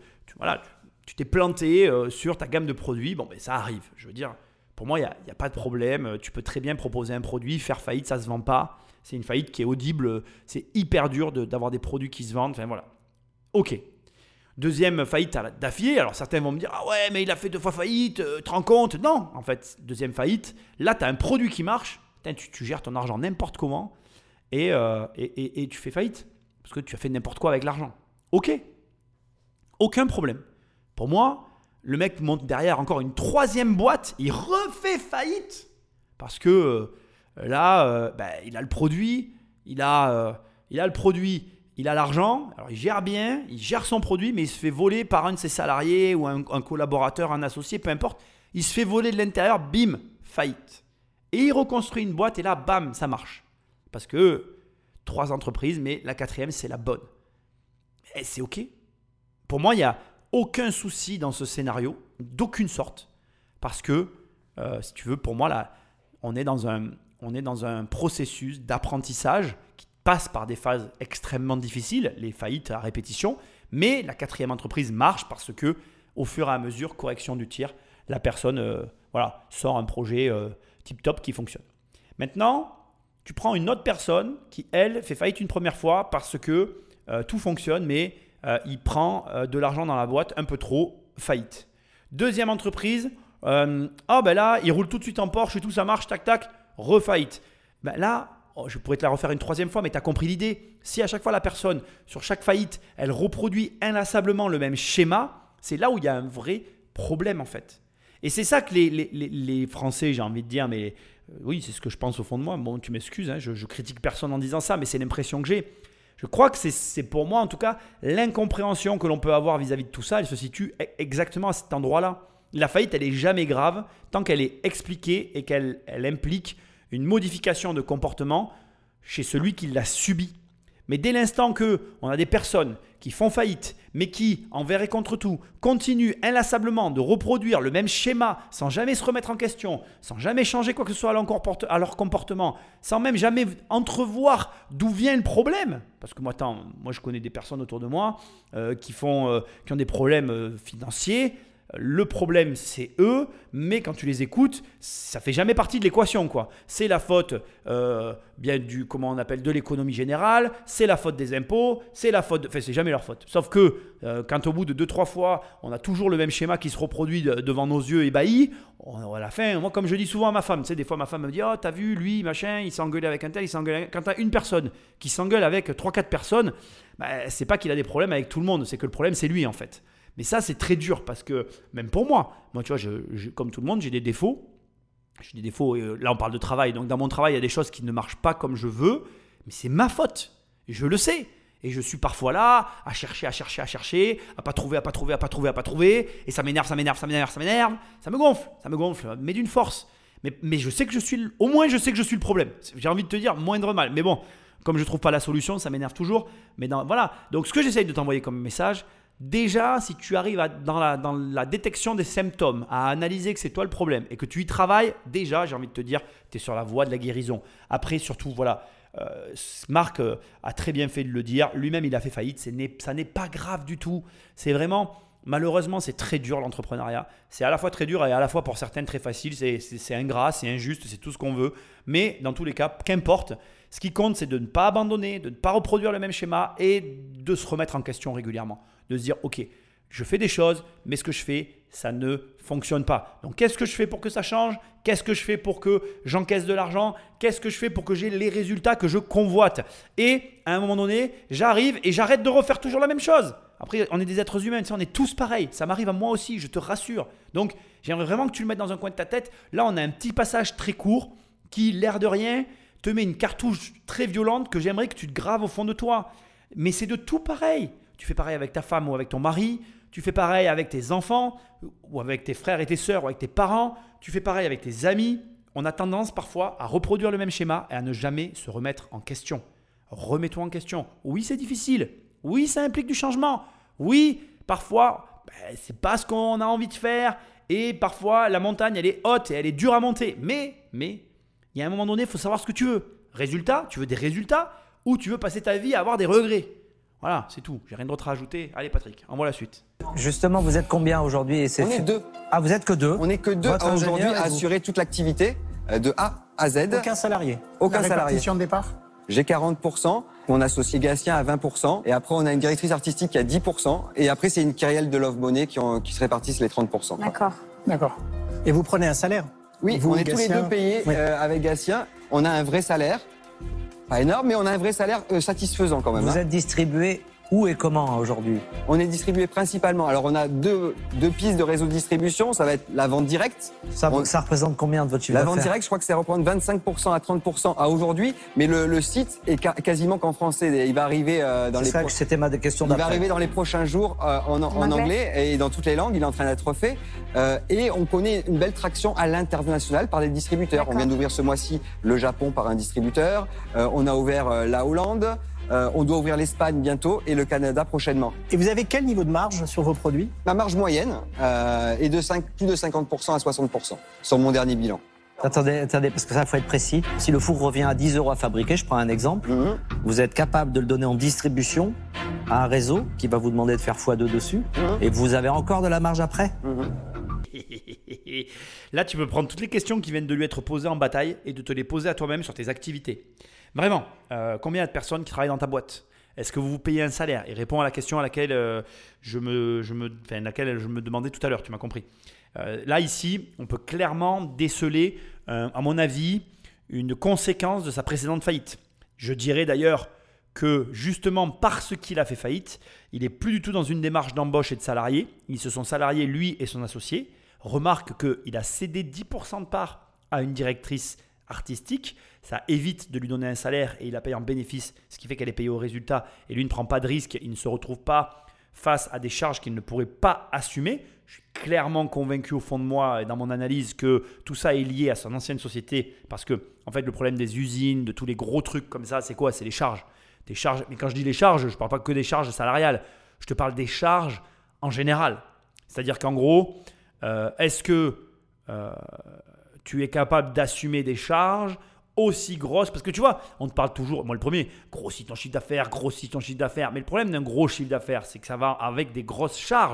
tu t'es planté sur ta gamme de produits, bon ben ça arrive. Je veux dire, pour moi il y a pas de problème. Tu peux très bien proposer un produit, faire faillite, ça se vend pas. C'est une faillite qui est audible. C'est hyper dur d'avoir des produits qui se vendent. Enfin voilà. Ok. Deuxième faillite d'affilée. Alors certains vont me dire « Ah ouais, mais il a fait 2 fois faillite, tu te rends compte ?» Non, en fait, deuxième faillite. Là, tu as un produit qui marche. Tu gères ton argent n'importe comment et tu fais faillite parce que tu as fait n'importe quoi avec l'argent. Ok. Aucun problème. Pour moi, le mec monte derrière encore une 3e boîte. Il refait faillite parce que là, il a le produit. Il a le produit. Il a l'argent, alors il gère bien, il gère son produit, mais il se fait voler par un de ses salariés ou un collaborateur, un associé, peu importe. Il se fait voler de l'intérieur, bim, faillite. Et il reconstruit une boîte et là, bam, ça marche. Parce que 3 entreprises, mais la 4e, c'est la bonne. Et c'est OK. Pour moi, il n'y a aucun souci dans ce scénario, d'aucune sorte. Parce que, si tu veux, pour moi, là, on est dans un processus d'apprentissage qui passe par des phases extrêmement difficiles, les faillites à répétition, mais la 4e entreprise marche parce que, au fur et à mesure, correction du tir, la personne sort un projet tip-top qui fonctionne. Maintenant, tu prends une autre personne qui, elle, fait faillite une première fois parce que tout fonctionne, mais il prend de l'argent dans la boîte un peu trop, faillite. Deuxième entreprise, là, il roule tout de suite en Porsche et tout, ça marche, tac, tac, refaillite. Là, je pourrais te la refaire une 3e fois, mais tu as compris l'idée. Si à chaque fois la personne, sur chaque faillite, elle reproduit inlassablement le même schéma, c'est là où il y a un vrai problème en fait. Et c'est ça que les Français, j'ai envie de dire, mais oui, c'est ce que je pense au fond de moi. Bon, tu m'excuses, hein, je critique personne en disant ça, mais c'est l'impression que j'ai. Je crois que c'est pour moi, en tout cas, l'incompréhension que l'on peut avoir vis-à-vis de tout ça, elle se situe exactement à cet endroit-là. La faillite, elle n'est jamais grave tant qu'elle est expliquée et qu'elle implique une modification de comportement chez celui qui l'a subi. Mais dès l'instant qu'on a des personnes qui font faillite, mais qui, envers et contre tout, continuent inlassablement de reproduire le même schéma sans jamais se remettre en question, sans jamais changer quoi que ce soit à leur comportement, sans même jamais entrevoir d'où vient le problème. Parce que moi je connais des personnes autour de moi qui ont des problèmes financiers. Le problème, c'est eux, mais quand tu les écoutes, ça fait jamais partie de l'équation, quoi. C'est la faute bien comment on appelle, de l'économie générale, c'est la faute des impôts, c'est la faute, enfin c'est jamais leur faute. Sauf que quand au bout de 2-3 fois, on a toujours le même schéma qui se reproduit devant nos yeux ébahis, à la fin, moi comme je dis souvent à ma femme, tu sais, des fois ma femme me dit « Oh, t'as vu, lui, machin, il s'est engueulé avec un tel, il s'est engueulé avec... » Quand t'as une personne qui s'engueule avec 3-4 personnes, c'est pas qu'il a des problèmes avec tout le monde, c'est que le problème c'est lui en fait. Mais ça, c'est très dur parce que, même pour moi, tu vois, comme tout le monde, j'ai des défauts. J'ai des défauts, là on parle de travail. Donc dans mon travail, il y a des choses qui ne marchent pas comme je veux, mais c'est ma faute. Et je le sais. Et je suis parfois là, à chercher, à pas trouver. Et ça m'énerve. Ça me gonfle, mais d'une force. Mais je sais que au moins je sais que je suis le problème. J'ai envie de te dire, moindre mal. Mais bon, comme je trouve pas la solution, ça m'énerve toujours. Mais voilà. Donc ce que j'essaye de t'envoyer comme message, déjà, si tu arrives dans la détection des symptômes, à analyser que c'est toi le problème et que tu y travailles, déjà, j'ai envie de te dire, tu es sur la voie de la guérison. Après, surtout, voilà, Marc a très bien fait de le dire. Lui-même, il a fait faillite. Ça n'est pas grave du tout. C'est vraiment, malheureusement, c'est très dur l'entrepreneuriat. C'est à la fois très dur et à la fois pour certains très facile. C'est ingrat, c'est injuste, c'est tout ce qu'on veut. Mais dans tous les cas, qu'importe. Ce qui compte, c'est de ne pas abandonner, de ne pas reproduire le même schéma et de se remettre en question régulièrement. De se dire, ok, je fais des choses, mais ce que je fais, ça ne fonctionne pas. Donc, qu'est-ce que je fais pour que ça change ? Qu'est-ce que je fais pour que j'encaisse de l'argent ? Qu'est-ce que je fais pour que j'ai les résultats que je convoite ? Et à un moment donné, j'arrive et j'arrête de refaire toujours la même chose. Après, on est des êtres humains, on est tous pareils. Ça m'arrive à moi aussi, je te rassure. Donc, j'aimerais vraiment que tu le mettes dans un coin de ta tête. Là, on a un petit passage très court qui, l'air de rien, te met une cartouche très violente que j'aimerais que tu te graves au fond de toi. Mais c'est de tout pareil. Tu fais pareil avec ta femme ou avec ton mari. Tu fais pareil avec tes enfants ou avec tes frères et tes sœurs ou avec tes parents. Tu fais pareil avec tes amis. On a tendance parfois à reproduire le même schéma et à ne jamais se remettre en question. Remets-toi en question. Oui, c'est difficile. Oui, ça implique du changement. Oui, parfois, c'est pas ce qu'on a envie de faire. Et parfois, la montagne, elle est haute et elle est dure à monter. Mais, il y a un moment donné, il faut savoir ce que tu veux. Résultat, tu veux des résultats ou tu veux passer ta vie à avoir des regrets. Voilà, c'est tout. J'ai rien d'autre à ajouter. Allez Patrick, envoie la suite. Justement, vous êtes combien aujourd'hui ? On est 2. Ah, vous êtes que 2 ? On n'est que 2 aujourd'hui à assurer toute l'activité de A à Z. Aucun salarié ? Aucun La salarié. répartition de départ ? J'ai 40%, mon associé Gatien à 20%, et après on a une directrice artistique qui a 10%, et après c'est une kyrielle de Love Money qui se répartissent les 30%. D'accord. D'accord. Et vous prenez un salaire ? Oui, Vous, on est tous les Gatien ? deux payés Oui. avec Gatien. On a un vrai salaire, pas énorme, mais on a un vrai salaire satisfaisant quand même. Vous êtes distribué où et comment aujourd'hui ? On est distribué principalement. Alors on a deux pistes de réseau de distribution. Ça va être la vente directe. Ça représente combien de votre chiffre La d'affaires ? vente directe, je crois que ça représente 25% à 30% à aujourd'hui, mais le site est quasiment qu'en français. Il va arriver C'était ma question Il va d'après. arriver dans les prochains jours en anglais et dans toutes les langues. Il est en train d'être fait. Et on connaît une belle traction à l'international par des distributeurs. D'accord. On vient d'ouvrir ce mois-ci le Japon par un distributeur. On a ouvert la Hollande. On doit ouvrir l'Espagne bientôt et le Canada prochainement. Et vous avez quel niveau de marge sur vos produits ? Ma marge moyenne est de plus de 50% à 60% sur mon dernier bilan. Attendez, parce que ça, il faut être précis. Si le four revient à 10 € à fabriquer, je prends un exemple, vous êtes capable de le donner en distribution à un réseau qui va vous demander de faire x2 dessus, et vous avez encore de la marge après. Là, tu peux prendre toutes les questions qui viennent de lui être posées en bataille et de te les poser à toi-même sur tes activités. Vraiment, combien il y a de personnes qui travaillent dans ta boîte ? Est-ce que vous vous payez un salaire ? Il répond à la question à laquelle je me demandais tout à l'heure, tu m'as compris. Là, ici, on peut clairement déceler, à mon avis, une conséquence de sa précédente faillite. Je dirais d'ailleurs que justement parce qu'il a fait faillite, il n'est plus du tout dans une démarche d'embauche et de salarié. Ils se sont salariés, lui et son associé. Remarque qu'il a cédé 10% de part à une directrice artistique. Ça évite de lui donner un salaire et il la paye en bénéfice, ce qui fait qu'elle est payée au résultat. Et lui ne prend pas de risque, il ne se retrouve pas face à des charges qu'il ne pourrait pas assumer. Je suis clairement convaincu au fond de moi et dans mon analyse que tout ça est lié à son ancienne société parce que en fait, le problème des usines, de tous les gros trucs comme ça, c'est quoi ? C'est les charges. Des charges. Mais quand je dis les charges, je ne parle pas que des charges salariales. Je te parle des charges en général. C'est-à-dire qu'en gros, est-ce que tu es capable d'assumer des charges aussi grosses ? Parce que tu vois, on te parle toujours, moi le premier, grossis ton chiffre d'affaires. Mais le problème d'un gros chiffre d'affaires, c'est que ça va avec des grosses charges.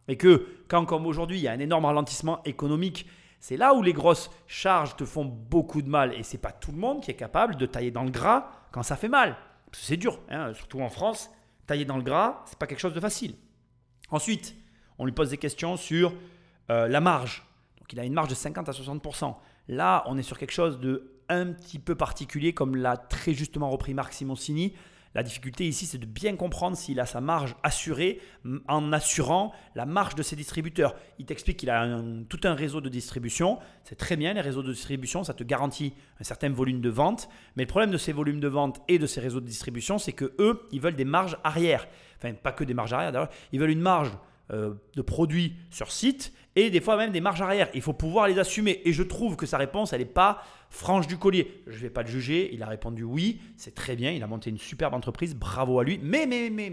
Et que quand, comme aujourd'hui, il y a un énorme ralentissement économique, c'est là où les grosses charges te font beaucoup de mal. Et ce n'est pas tout le monde qui est capable de tailler dans le gras quand ça fait mal. Parce que c'est dur, surtout en France. Tailler dans le gras, ce n'est pas quelque chose de facile. Ensuite, on lui pose des questions sur la marge. Donc, il a une marge de 50 à 60%. Là, on est sur quelque chose de un petit peu particulier, comme l'a très justement repris Marc Simoncini. La difficulté ici, c'est de bien comprendre s'il a sa marge assurée en assurant la marge de ses distributeurs. Il t'explique qu'il a tout un réseau de distribution. C'est très bien, les réseaux de distribution, ça te garantit un certain volume de vente. Mais le problème de ces volumes de vente et de ces réseaux de distribution, c'est qu'eux, ils veulent des marges arrière. Enfin, pas que des marges arrière d'ailleurs. Ils veulent une marge de produits sur site et des fois même des marges arrière. Il faut pouvoir les assumer. Et je trouve que sa réponse, elle n'est pas franche du collier. Je ne vais pas le juger. Il a répondu oui. C'est très bien. Il a monté une superbe entreprise. Bravo à lui. Mais,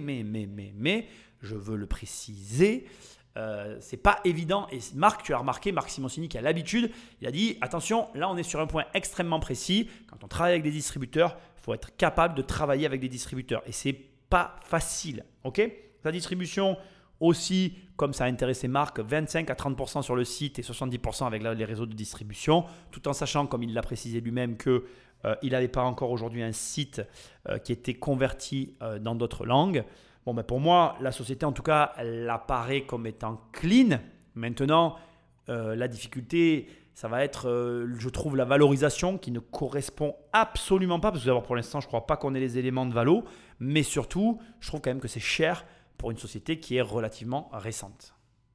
je veux le préciser. C'est pas évident. Et Marc, tu as remarqué, Marc Simoncini qui a l'habitude, il a dit attention, là on est sur un point extrêmement précis. Quand on travaille avec des distributeurs, il faut être capable de travailler avec des distributeurs. Et c'est pas facile. Ok ? La distribution aussi, comme ça a intéressé Marc, 25 à 30% sur le site et 70% avec les réseaux de distribution, tout en sachant, comme il l'a précisé lui-même, qu'il n'avait pas encore aujourd'hui un site qui était converti dans d'autres langues. Bon, ben pour moi, la société, en tout cas, elle apparaît comme étant clean. Maintenant, la difficulté, ça va être, je trouve, la valorisation qui ne correspond absolument pas, parce que d'abord, pour l'instant, je ne crois pas qu'on ait les éléments de valo, mais surtout, je trouve quand même que c'est cher pour une société qui est relativement récente.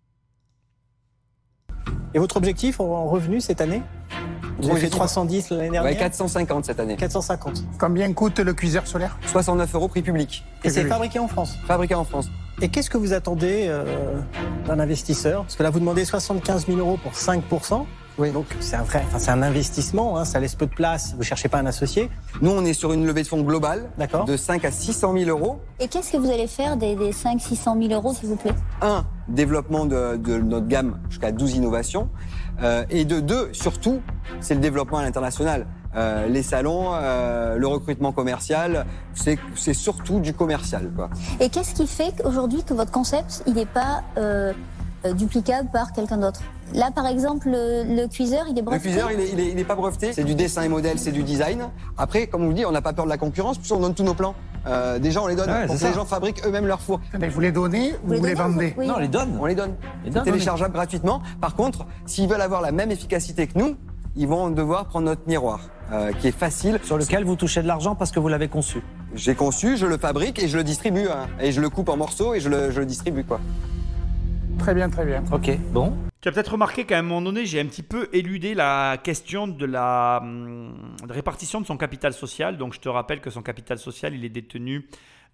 Et votre objectif en revenu cette année? Vous avez fait 310 l'année dernière? Ouais, 450 cette année. 450. Combien coûte le cuiseur solaire? 69 € prix public. Et c'est fabriqué en France? Fabriqué en France. Et qu'est-ce que vous attendez d'un investisseur? Parce que là, vous demandez 75 000 € pour 5%. Oui. Donc, c'est un investissement, ça laisse peu de place. Vous ne cherchez pas un associé. Nous, on est sur une levée de fonds globale D'accord. de 5 à 600 000 €. Et qu'est-ce que vous allez faire des 500-600 000 €, s'il vous plaît? Développement de notre gamme jusqu'à 12 innovations. Et de 2, surtout, c'est le développement à l'international. Les salons, le recrutement commercial, c'est surtout du commercial, quoi. Et qu'est-ce qui fait qu'aujourd'hui que votre concept, il n'est pas duplicable par quelqu'un d'autre? Là, par exemple, le cuiseur, il est breveté? Le cuiseur, il est pas breveté. C'est du dessin et modèle, c'est du design. Après, comme on vous dit, on n'a pas peur de la concurrence, puisqu'on donne tous nos plans. Déjà, on les donne. Ouais, pour que les gens fabriquent eux-mêmes leurs fours. Mais vous les donnez ou vous les vendez? Oui. Non, on les donne. On les donne. Les C'est donne, téléchargeable gratuitement. Par contre, s'ils veulent avoir la même efficacité que nous, ils vont devoir prendre notre miroir, qui est facile. Sur lequel vous touchez de l'argent parce que vous l'avez conçu. J'ai conçu, je le fabrique et je le distribue. Et je le coupe en morceaux et je le distribue, quoi. Très bien, très bien. Ok, bon. Tu as peut-être remarqué qu'à un moment donné, j'ai un petit peu éludé la question de la répartition de son capital social. Donc, je te rappelle que son capital social, il est détenu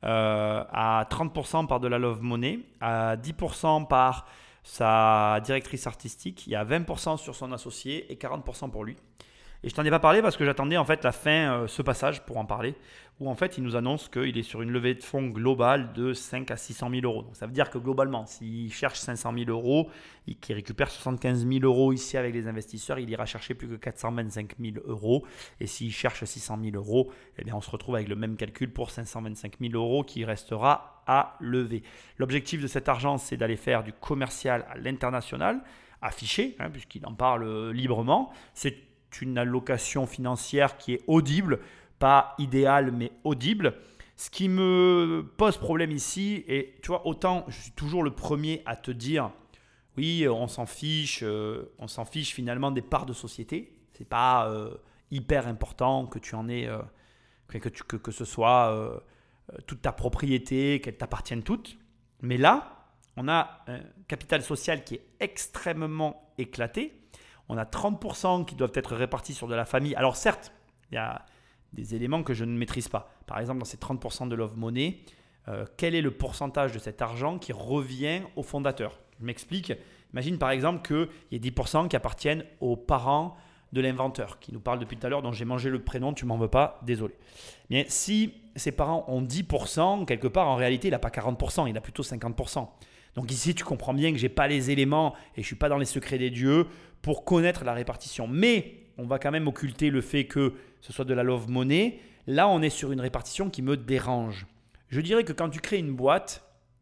à 30% par de la Love Money, à 10% par sa directrice artistique, il y a 20% sur son associé et 40% pour lui. Et je t'en ai pas parlé parce que j'attendais en fait la fin, ce passage pour en parler, où en fait il nous annonce qu'il est sur une levée de fonds globale de 5 à 600 000 €. Donc ça veut dire que globalement, s'il cherche 500 000 € et qu'il récupère 75 000 € ici avec les investisseurs, il ira chercher plus que 425 000 €. Et s'il cherche 600 000 €, eh bien on se retrouve avec le même calcul pour 525 000 € qui restera à lever. L'objectif de cet argent, c'est d'aller faire du commercial à l'international, affiché, puisqu'il en parle librement. C'est une allocation financière qui est audible, pas idéale mais audible. Ce qui me pose problème ici, et tu vois, autant je suis toujours le premier à te dire oui, on s'en fiche finalement des parts de société. C'est pas hyper important que tu en aies, que ce soit toute ta propriété, qu'elle t'appartienne toute. Mais là, on a un capital social qui est extrêmement éclaté. On a 30% qui doivent être répartis sur de la famille. Alors certes, il y a des éléments que je ne maîtrise pas. Par exemple, dans ces 30% de Love Money, quel est le pourcentage de cet argent qui revient au fondateur? Je m'explique. Imagine par exemple qu'il y ait 10% qui appartiennent aux parents de l'inventeur, qui nous parle depuis tout à l'heure, dont j'ai mangé le prénom, tu m'en veux pas, désolé. Bien, si ses parents ont 10%, quelque part, en réalité, il n'a pas 40%, il a plutôt 50%. Donc ici, tu comprends bien que je n'ai pas les éléments et je ne suis pas dans les secrets des dieux pour connaître la répartition. Mais on va quand même occulter le fait que ce soit de la Love Money. Là, on est sur une répartition qui me dérange. Je dirais que quand tu crées une boîte,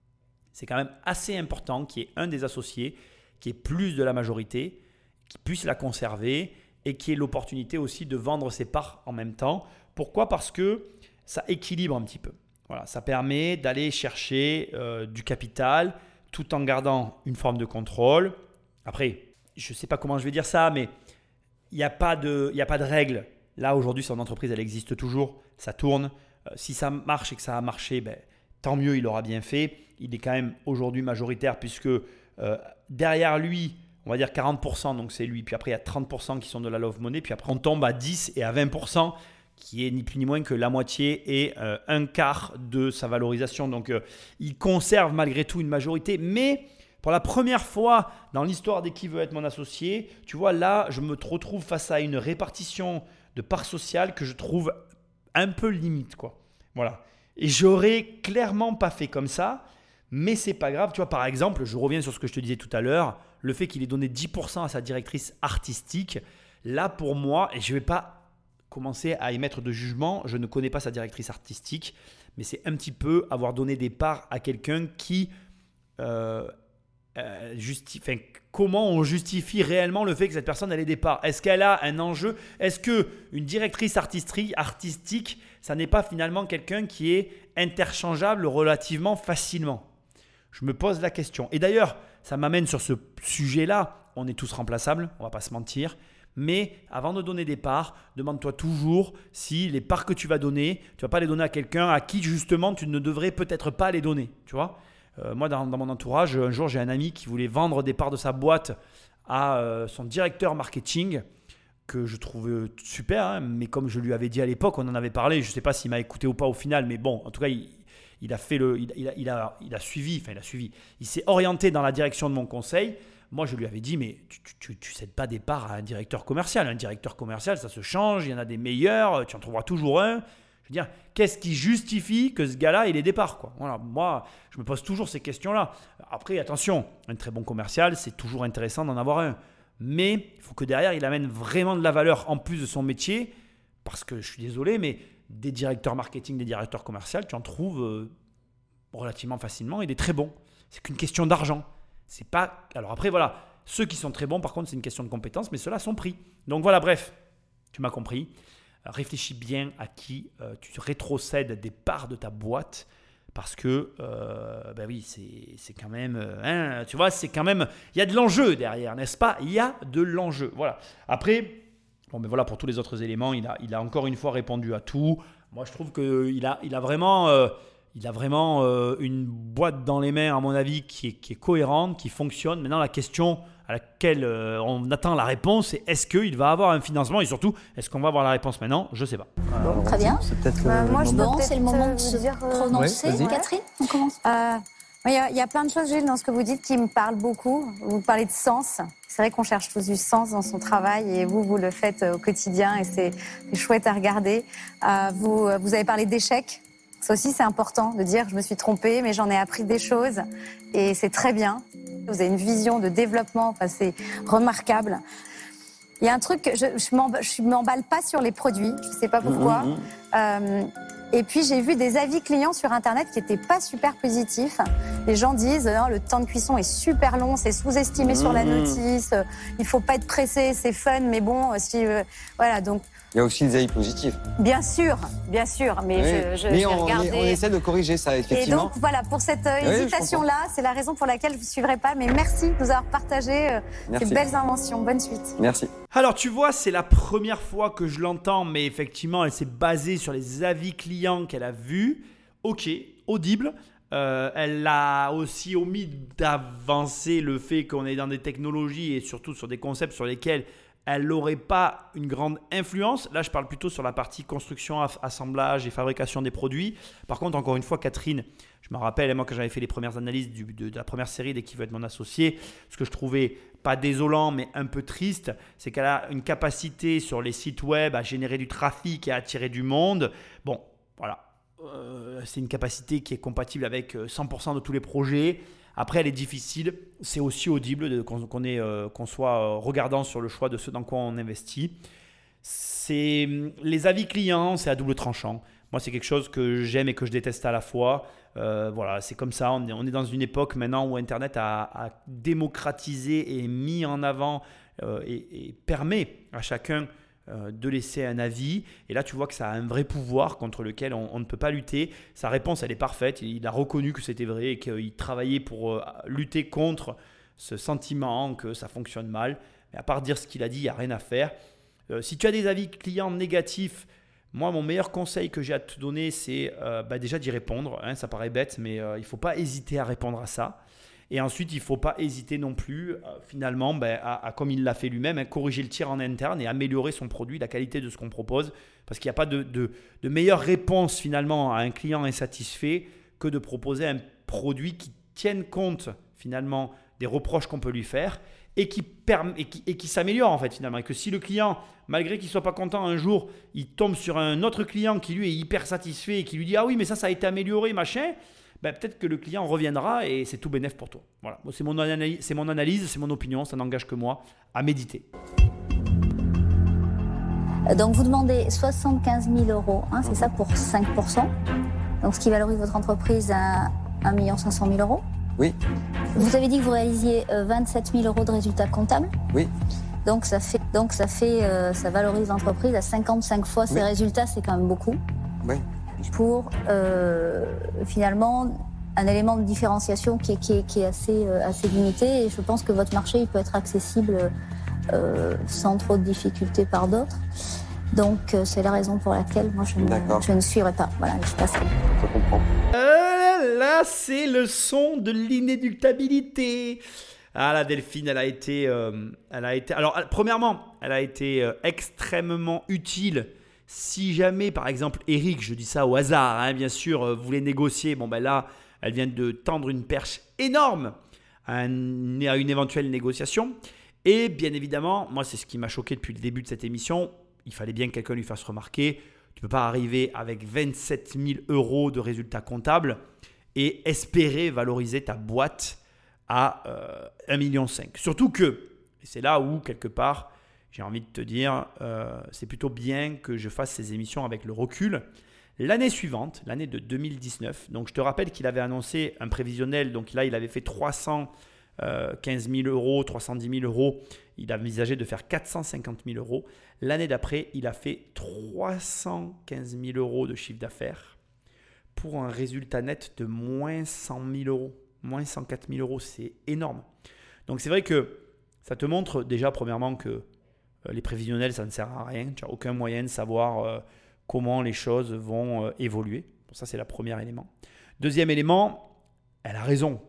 c'est quand même assez important qu'il y ait un des associés qui ait plus de la majorité, qui puisse la conserver et qui ait l'opportunité aussi de vendre ses parts en même temps. Pourquoi ? Parce que ça équilibre un petit peu. Voilà, ça permet d'aller chercher du capital tout en gardant une forme de contrôle. Après, je ne sais pas comment je vais dire ça, mais il n'y a pas de règle. Là, aujourd'hui, son entreprise, elle existe toujours, ça tourne. Si ça marche et que ça a marché, tant mieux, il aura bien fait. Il est quand même aujourd'hui majoritaire puisque derrière lui, on va dire 40%, donc c'est lui. Puis après, il y a 30% qui sont de la Love Money. Puis après, on tombe à 10 et à 20%, qui est ni plus ni moins que la moitié et un quart de sa valorisation. Donc, il conserve malgré tout une majorité. Mais pour la première fois dans l'histoire de Qui veut être mon associé, tu vois, là, je me retrouve face à une répartition de parts sociales que je trouve un peu limite, quoi. Voilà. Et j'aurais clairement pas fait comme ça, mais c'est pas grave. Tu vois, par exemple, je reviens sur ce que je te disais tout à l'heure, le fait qu'il ait donné 10% à sa directrice artistique, là pour moi, et je vais pas commencer à émettre de jugement, je ne connais pas sa directrice artistique, mais c'est un petit peu avoir donné des parts à quelqu'un qui comment on justifie réellement le fait que cette personne ait des parts ? Est-ce qu'elle a un enjeu ? Est-ce qu'une directrice artistique, ça n'est pas finalement quelqu'un qui est interchangeable relativement facilement ? Je me pose la question. Et d'ailleurs, ça m'amène sur ce sujet-là. On est tous remplaçables, on ne va pas se mentir. Mais avant de donner des parts, demande-toi toujours si les parts que tu vas donner, tu ne vas pas les donner à quelqu'un à qui justement tu ne devrais peut-être pas les donner. Tu vois ? Moi, dans mon entourage, un jour, j'ai un ami qui voulait vendre des parts de sa boîte à son directeur marketing, que je trouve super, hein, mais comme je lui avais dit à l'époque, on en avait parlé, je ne sais pas s'il m'a écouté ou pas au final, mais bon, en tout cas, il a suivi, il s'est orienté dans la direction de mon conseil. Moi, je lui avais dit, mais tu ne cèdes pas des parts à un directeur commercial. Un directeur commercial, ça se change, il y en a des meilleurs, tu en trouveras toujours un. Je veux dire, qu'est-ce qui justifie que ce gars-là ait des parts, quoi ? Voilà, moi, je me pose toujours ces questions-là. Après, attention, un très bon commercial, c'est toujours intéressant d'en avoir un. Mais il faut que derrière, il amène vraiment de la valeur en plus de son métier. Parce que je suis désolé, mais des directeurs marketing, des directeurs commerciaux, tu en trouves relativement facilement et des très bons. C'est qu'une question d'argent. C'est pas... Alors après, voilà, ceux qui sont très bons, par contre, c'est une question de compétence, mais ceux-là sont pris. Donc voilà, bref, tu m'as compris. Réfléchis bien à qui tu rétrocèdes des parts de ta boîte parce que oui, c'est quand même tu vois, c'est quand même, il y a de l'enjeu derrière, n'est-ce pas ? Il y a de l'enjeu. Voilà. Après, voilà, pour tous les autres éléments, il a encore une fois répondu à tout. Moi, je trouve qu'il a vraiment une boîte dans les mains, à mon avis, qui est cohérente, qui fonctionne. Maintenant, la question à laquelle on attend la réponse, c'est est-ce qu'il va avoir un financement et surtout, est-ce qu'on va avoir la réponse maintenant ? Je ne sais pas. Bon, très bien. C'est peut-être moi, je Bon, peux c'est le moment de se prononcer. vas-y. Catherine, on commence. Il y a plein de choses, Gilles, dans ce que vous dites qui me parlent beaucoup. Vous parlez de sens. C'est vrai qu'on cherche tous du sens dans son travail et vous le faites au quotidien et c'est chouette à regarder. Vous avez parlé d'échecs. Ça aussi, c'est important de dire je me suis trompée, mais j'en ai appris des choses et c'est très bien. Vous avez une vision de développement, c'est remarquable. Il y a un truc, je m'emballe pas sur les produits, je ne sais pas pourquoi. Et puis, j'ai vu des avis clients sur Internet qui n'étaient pas super positifs. Les gens disent le temps de cuisson est super long, c'est sous-estimé sur la notice, il ne faut pas être pressé, c'est fun, mais bon, voilà, donc... Il y a aussi des avis positifs. Bien sûr, mais j'ai regardé. On essaie de corriger ça, effectivement. Et donc, voilà, pour cette hésitation-là, c'est la raison pour laquelle je ne vous suivrai pas. Mais merci de nous avoir partagé ces belles inventions. Bonne suite. Merci. Alors, tu vois, c'est la première fois que je l'entends, mais effectivement, elle s'est basée sur les avis clients qu'elle a vus. Ok, audible. Elle a aussi omis d'avancer le fait qu'on est dans des technologies et surtout sur des concepts sur lesquels elle n'aurait pas une grande influence. Là, je parle plutôt sur la partie construction, assemblage et fabrication des produits. Par contre, encore une fois, Catherine, je me rappelle, moi, quand j'avais fait les premières analyses de la première série des Qui veut être mon associé, ce que je trouvais pas désolant, mais un peu triste, c'est qu'elle a une capacité sur les sites web à générer du trafic et à attirer du monde. Bon, voilà. C'est une capacité qui est compatible avec 100% de tous les projets. Après, elle est difficile. C'est aussi audible qu'on soit regardant sur le choix de ce dans quoi on investit. Les avis clients, c'est à double tranchant. Moi, c'est quelque chose que j'aime et que je déteste à la fois. Voilà, c'est comme ça. On est dans une époque maintenant où Internet a démocratisé et mis en avant et permet à chacun de laisser un avis. Et là, tu vois que ça a un vrai pouvoir contre lequel on ne peut pas lutter. Sa réponse, elle est parfaite. Il a reconnu que c'était vrai et qu'il travaillait pour lutter contre ce sentiment que ça fonctionne mal. Mais à part dire ce qu'il a dit, il n'y a rien à faire. Si tu as des avis clients négatifs, moi, mon meilleur conseil que j'ai à te donner, c'est déjà d'y répondre. Ça paraît bête, mais il ne faut pas hésiter à répondre à ça. Et ensuite, il ne faut pas hésiter non plus, finalement, à, comme il l'a fait lui-même, corriger le tir en interne et améliorer son produit, la qualité de ce qu'on propose. Parce qu'il n'y a pas de meilleure réponse, finalement, à un client insatisfait que de proposer un produit qui tienne compte, finalement, des reproches qu'on peut lui faire et qui s'améliore, en fait, finalement. Et que si le client, malgré qu'il ne soit pas content un jour, il tombe sur un autre client qui, lui, est hyper satisfait et qui lui dit « Ah oui, mais ça a été amélioré, machin », peut-être que le client reviendra et c'est tout bénef pour toi. Voilà, c'est mon analyse, c'est mon opinion, ça n'engage que moi, à méditer. Donc vous demandez 75 000 €, c'est ça, pour 5%. Donc ce qui valorise votre entreprise à 1 500 000 €. Oui. Vous avez dit que vous réalisiez 27 000 € de résultats comptables. Oui. Donc ça valorise l'entreprise à 55 fois ses résultats, c'est quand même beaucoup. Oui. Pour finalement un élément de différenciation qui est assez limité. Et je pense que votre marché il peut être accessible sans trop de difficultés par d'autres. Donc c'est la raison pour laquelle moi je ne suivrai pas. Voilà, je passe. Je comprends. Là, c'est le son de l'inéluctabilité. Ah, la Delphine, elle a été. Alors, premièrement, elle a été extrêmement utile. Si jamais, par exemple, Eric, je dis ça au hasard, bien sûr, voulait négocier, là, elle vient de tendre une perche énorme à une éventuelle négociation. Et bien évidemment, moi, c'est ce qui m'a choqué depuis le début de cette émission. Il fallait bien que quelqu'un lui fasse remarquer. Tu ne peux pas arriver avec 27 000 € de résultats comptables et espérer valoriser ta boîte à 1,5 million. Surtout que, et c'est là où, quelque part, j'ai envie de te dire, c'est plutôt bien que je fasse ces émissions avec le recul. L'année suivante, l'année de 2019, donc je te rappelle qu'il avait annoncé un prévisionnel, donc là il avait fait 315 000 €, 310 000 €, il a envisagé de faire 450 000 €. L'année d'après, il a fait 315 000 € de chiffre d'affaires pour un résultat net de moins 100 000 €, moins 104 000 €, c'est énorme. Donc c'est vrai que ça te montre déjà premièrement que les prévisionnels, ça ne sert à rien. Tu n'as aucun moyen de savoir comment les choses vont évoluer. Bon, ça, c'est le premier élément. Deuxième élément, elle a raison.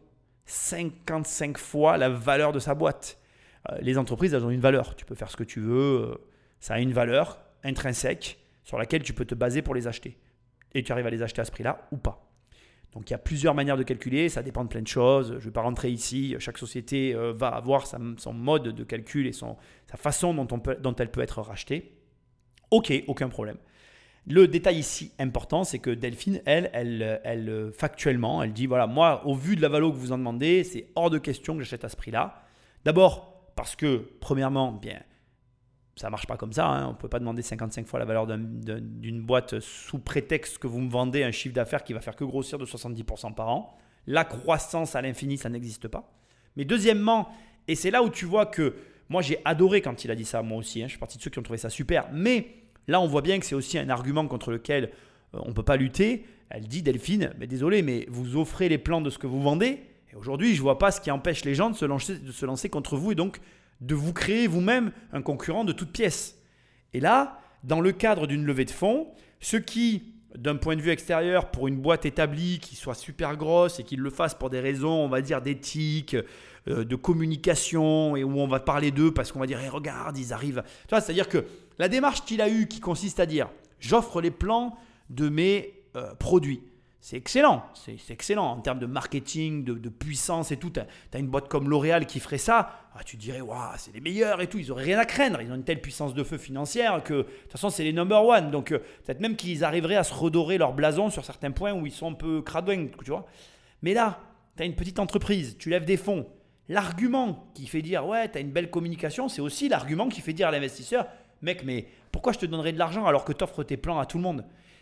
55 fois la valeur de sa boîte. Les entreprises, elles ont une valeur. Tu peux faire ce que tu veux. Ça a une valeur intrinsèque sur laquelle tu peux te baser pour les acheter. Et tu arrives à les acheter à ce prix-là ou pas. Donc, il y a plusieurs manières de calculer. Ça dépend de plein de choses. Je ne vais pas rentrer ici. Chaque société va avoir son mode de calcul et sa façon dont elle peut être rachetée. Ok, aucun problème. Le détail ici important, c'est que Delphine, elle factuellement, elle dit, voilà, moi, au vu de la valo que vous en demandez, c'est hors de question que j'achète à ce prix-là. D'abord, parce que, premièrement, ça ne marche pas comme ça. On ne peut pas demander 55 fois la valeur d'une boîte sous prétexte que vous me vendez un chiffre d'affaires qui va faire que grossir de 70% par an. La croissance à l'infini, ça n'existe pas. Mais deuxièmement, et c'est là où tu vois que moi, j'ai adoré quand il a dit ça, moi aussi. Je suis parti de ceux qui ont trouvé ça super. Mais là, on voit bien que c'est aussi un argument contre lequel on ne peut pas lutter. Elle dit, Delphine, mais désolé, mais vous offrez les plans de ce que vous vendez. Et aujourd'hui, je ne vois pas ce qui empêche les gens de se lancer contre vous et donc de vous créer vous-même un concurrent de toute pièce. Et là, dans le cadre d'une levée de fonds, ce qui, d'un point de vue extérieur, pour une boîte établie qui soit super grosse et qui le fasse pour des raisons, on va dire, d'éthique, de communication et où on va parler d'eux parce qu'on va dire hey, « regarde, ils arrivent ». Tu vois, c'est-à-dire que la démarche qu'il a eue qui consiste à dire « j'offre les plans de mes produits ». C'est excellent, c'est excellent en termes de marketing, de puissance et tout. Tu as une boîte comme L'Oréal qui ferait ça, tu te dirais, waouh, c'est les meilleurs et tout, ils n'auraient rien à craindre. Ils ont une telle puissance de feu financière que, de toute façon, c'est les number one. Donc, peut-être même qu'ils arriveraient à se redorer leur blason sur certains points où ils sont un peu cradouins, tu vois. Mais là, tu as une petite entreprise, tu lèves des fonds. L'argument qui fait dire, ouais, tu as une belle communication, c'est aussi l'argument qui fait dire à l'investisseur, mec, mais pourquoi je te donnerais de l'argent alors que tu offres tes plans à tout le monde ?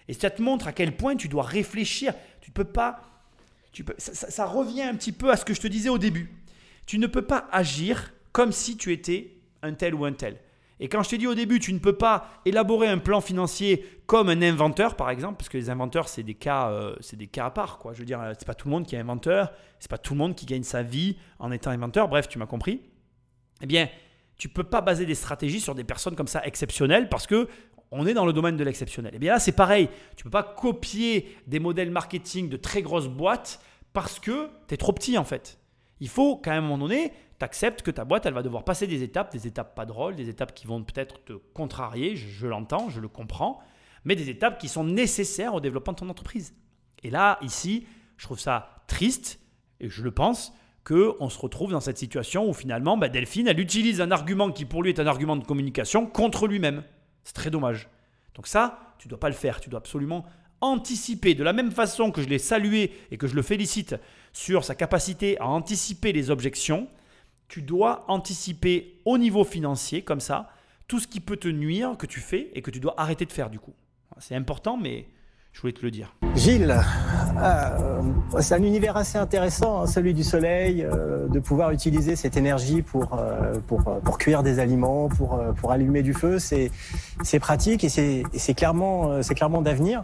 Et ça te montre à quel point tu dois réfléchir. Tu ne peux pas… Ça revient un petit peu à ce que je te disais au début. Tu ne peux pas agir comme si tu étais un tel ou un tel. Et quand je t'ai dit au début, tu ne peux pas élaborer un plan financier comme un inventeur, par exemple, parce que les inventeurs, c'est des cas à part, quoi. Je veux dire, c'est pas tout le monde qui est inventeur, c'est pas tout le monde qui gagne sa vie en étant inventeur. Bref, tu m'as compris. Eh bien, tu peux pas baser des stratégies sur des personnes comme ça exceptionnelles parce que on est dans le domaine de l'exceptionnel. Eh bien là, c'est pareil. Tu peux pas copier des modèles marketing de très grosses boîtes parce que tu es trop petit, en fait. Il faut qu'à un moment donné, tu acceptes que ta boîte, elle va devoir passer des étapes pas drôles, des étapes qui vont peut-être te contrarier, je l'entends, je le comprends, mais des étapes qui sont nécessaires au développement de ton entreprise. Et là, ici, je trouve ça triste, et je le pense, qu'on se retrouve dans cette situation où finalement, Delphine, elle utilise un argument qui pour lui est un argument de communication contre lui-même. C'est très dommage. Donc ça, tu ne dois pas le faire, tu dois absolument anticiper. De la même façon que je l'ai salué et que je le félicite sur sa capacité à anticiper les objections, tu dois anticiper au niveau financier, comme ça, tout ce qui peut te nuire que tu fais et que tu dois arrêter de faire du coup. C'est important, mais je voulais te le dire. Gilles, c'est un univers assez intéressant, celui du soleil, de pouvoir utiliser cette énergie pour cuire des aliments, pour allumer du feu. C'est pratique et c'est clairement d'avenir.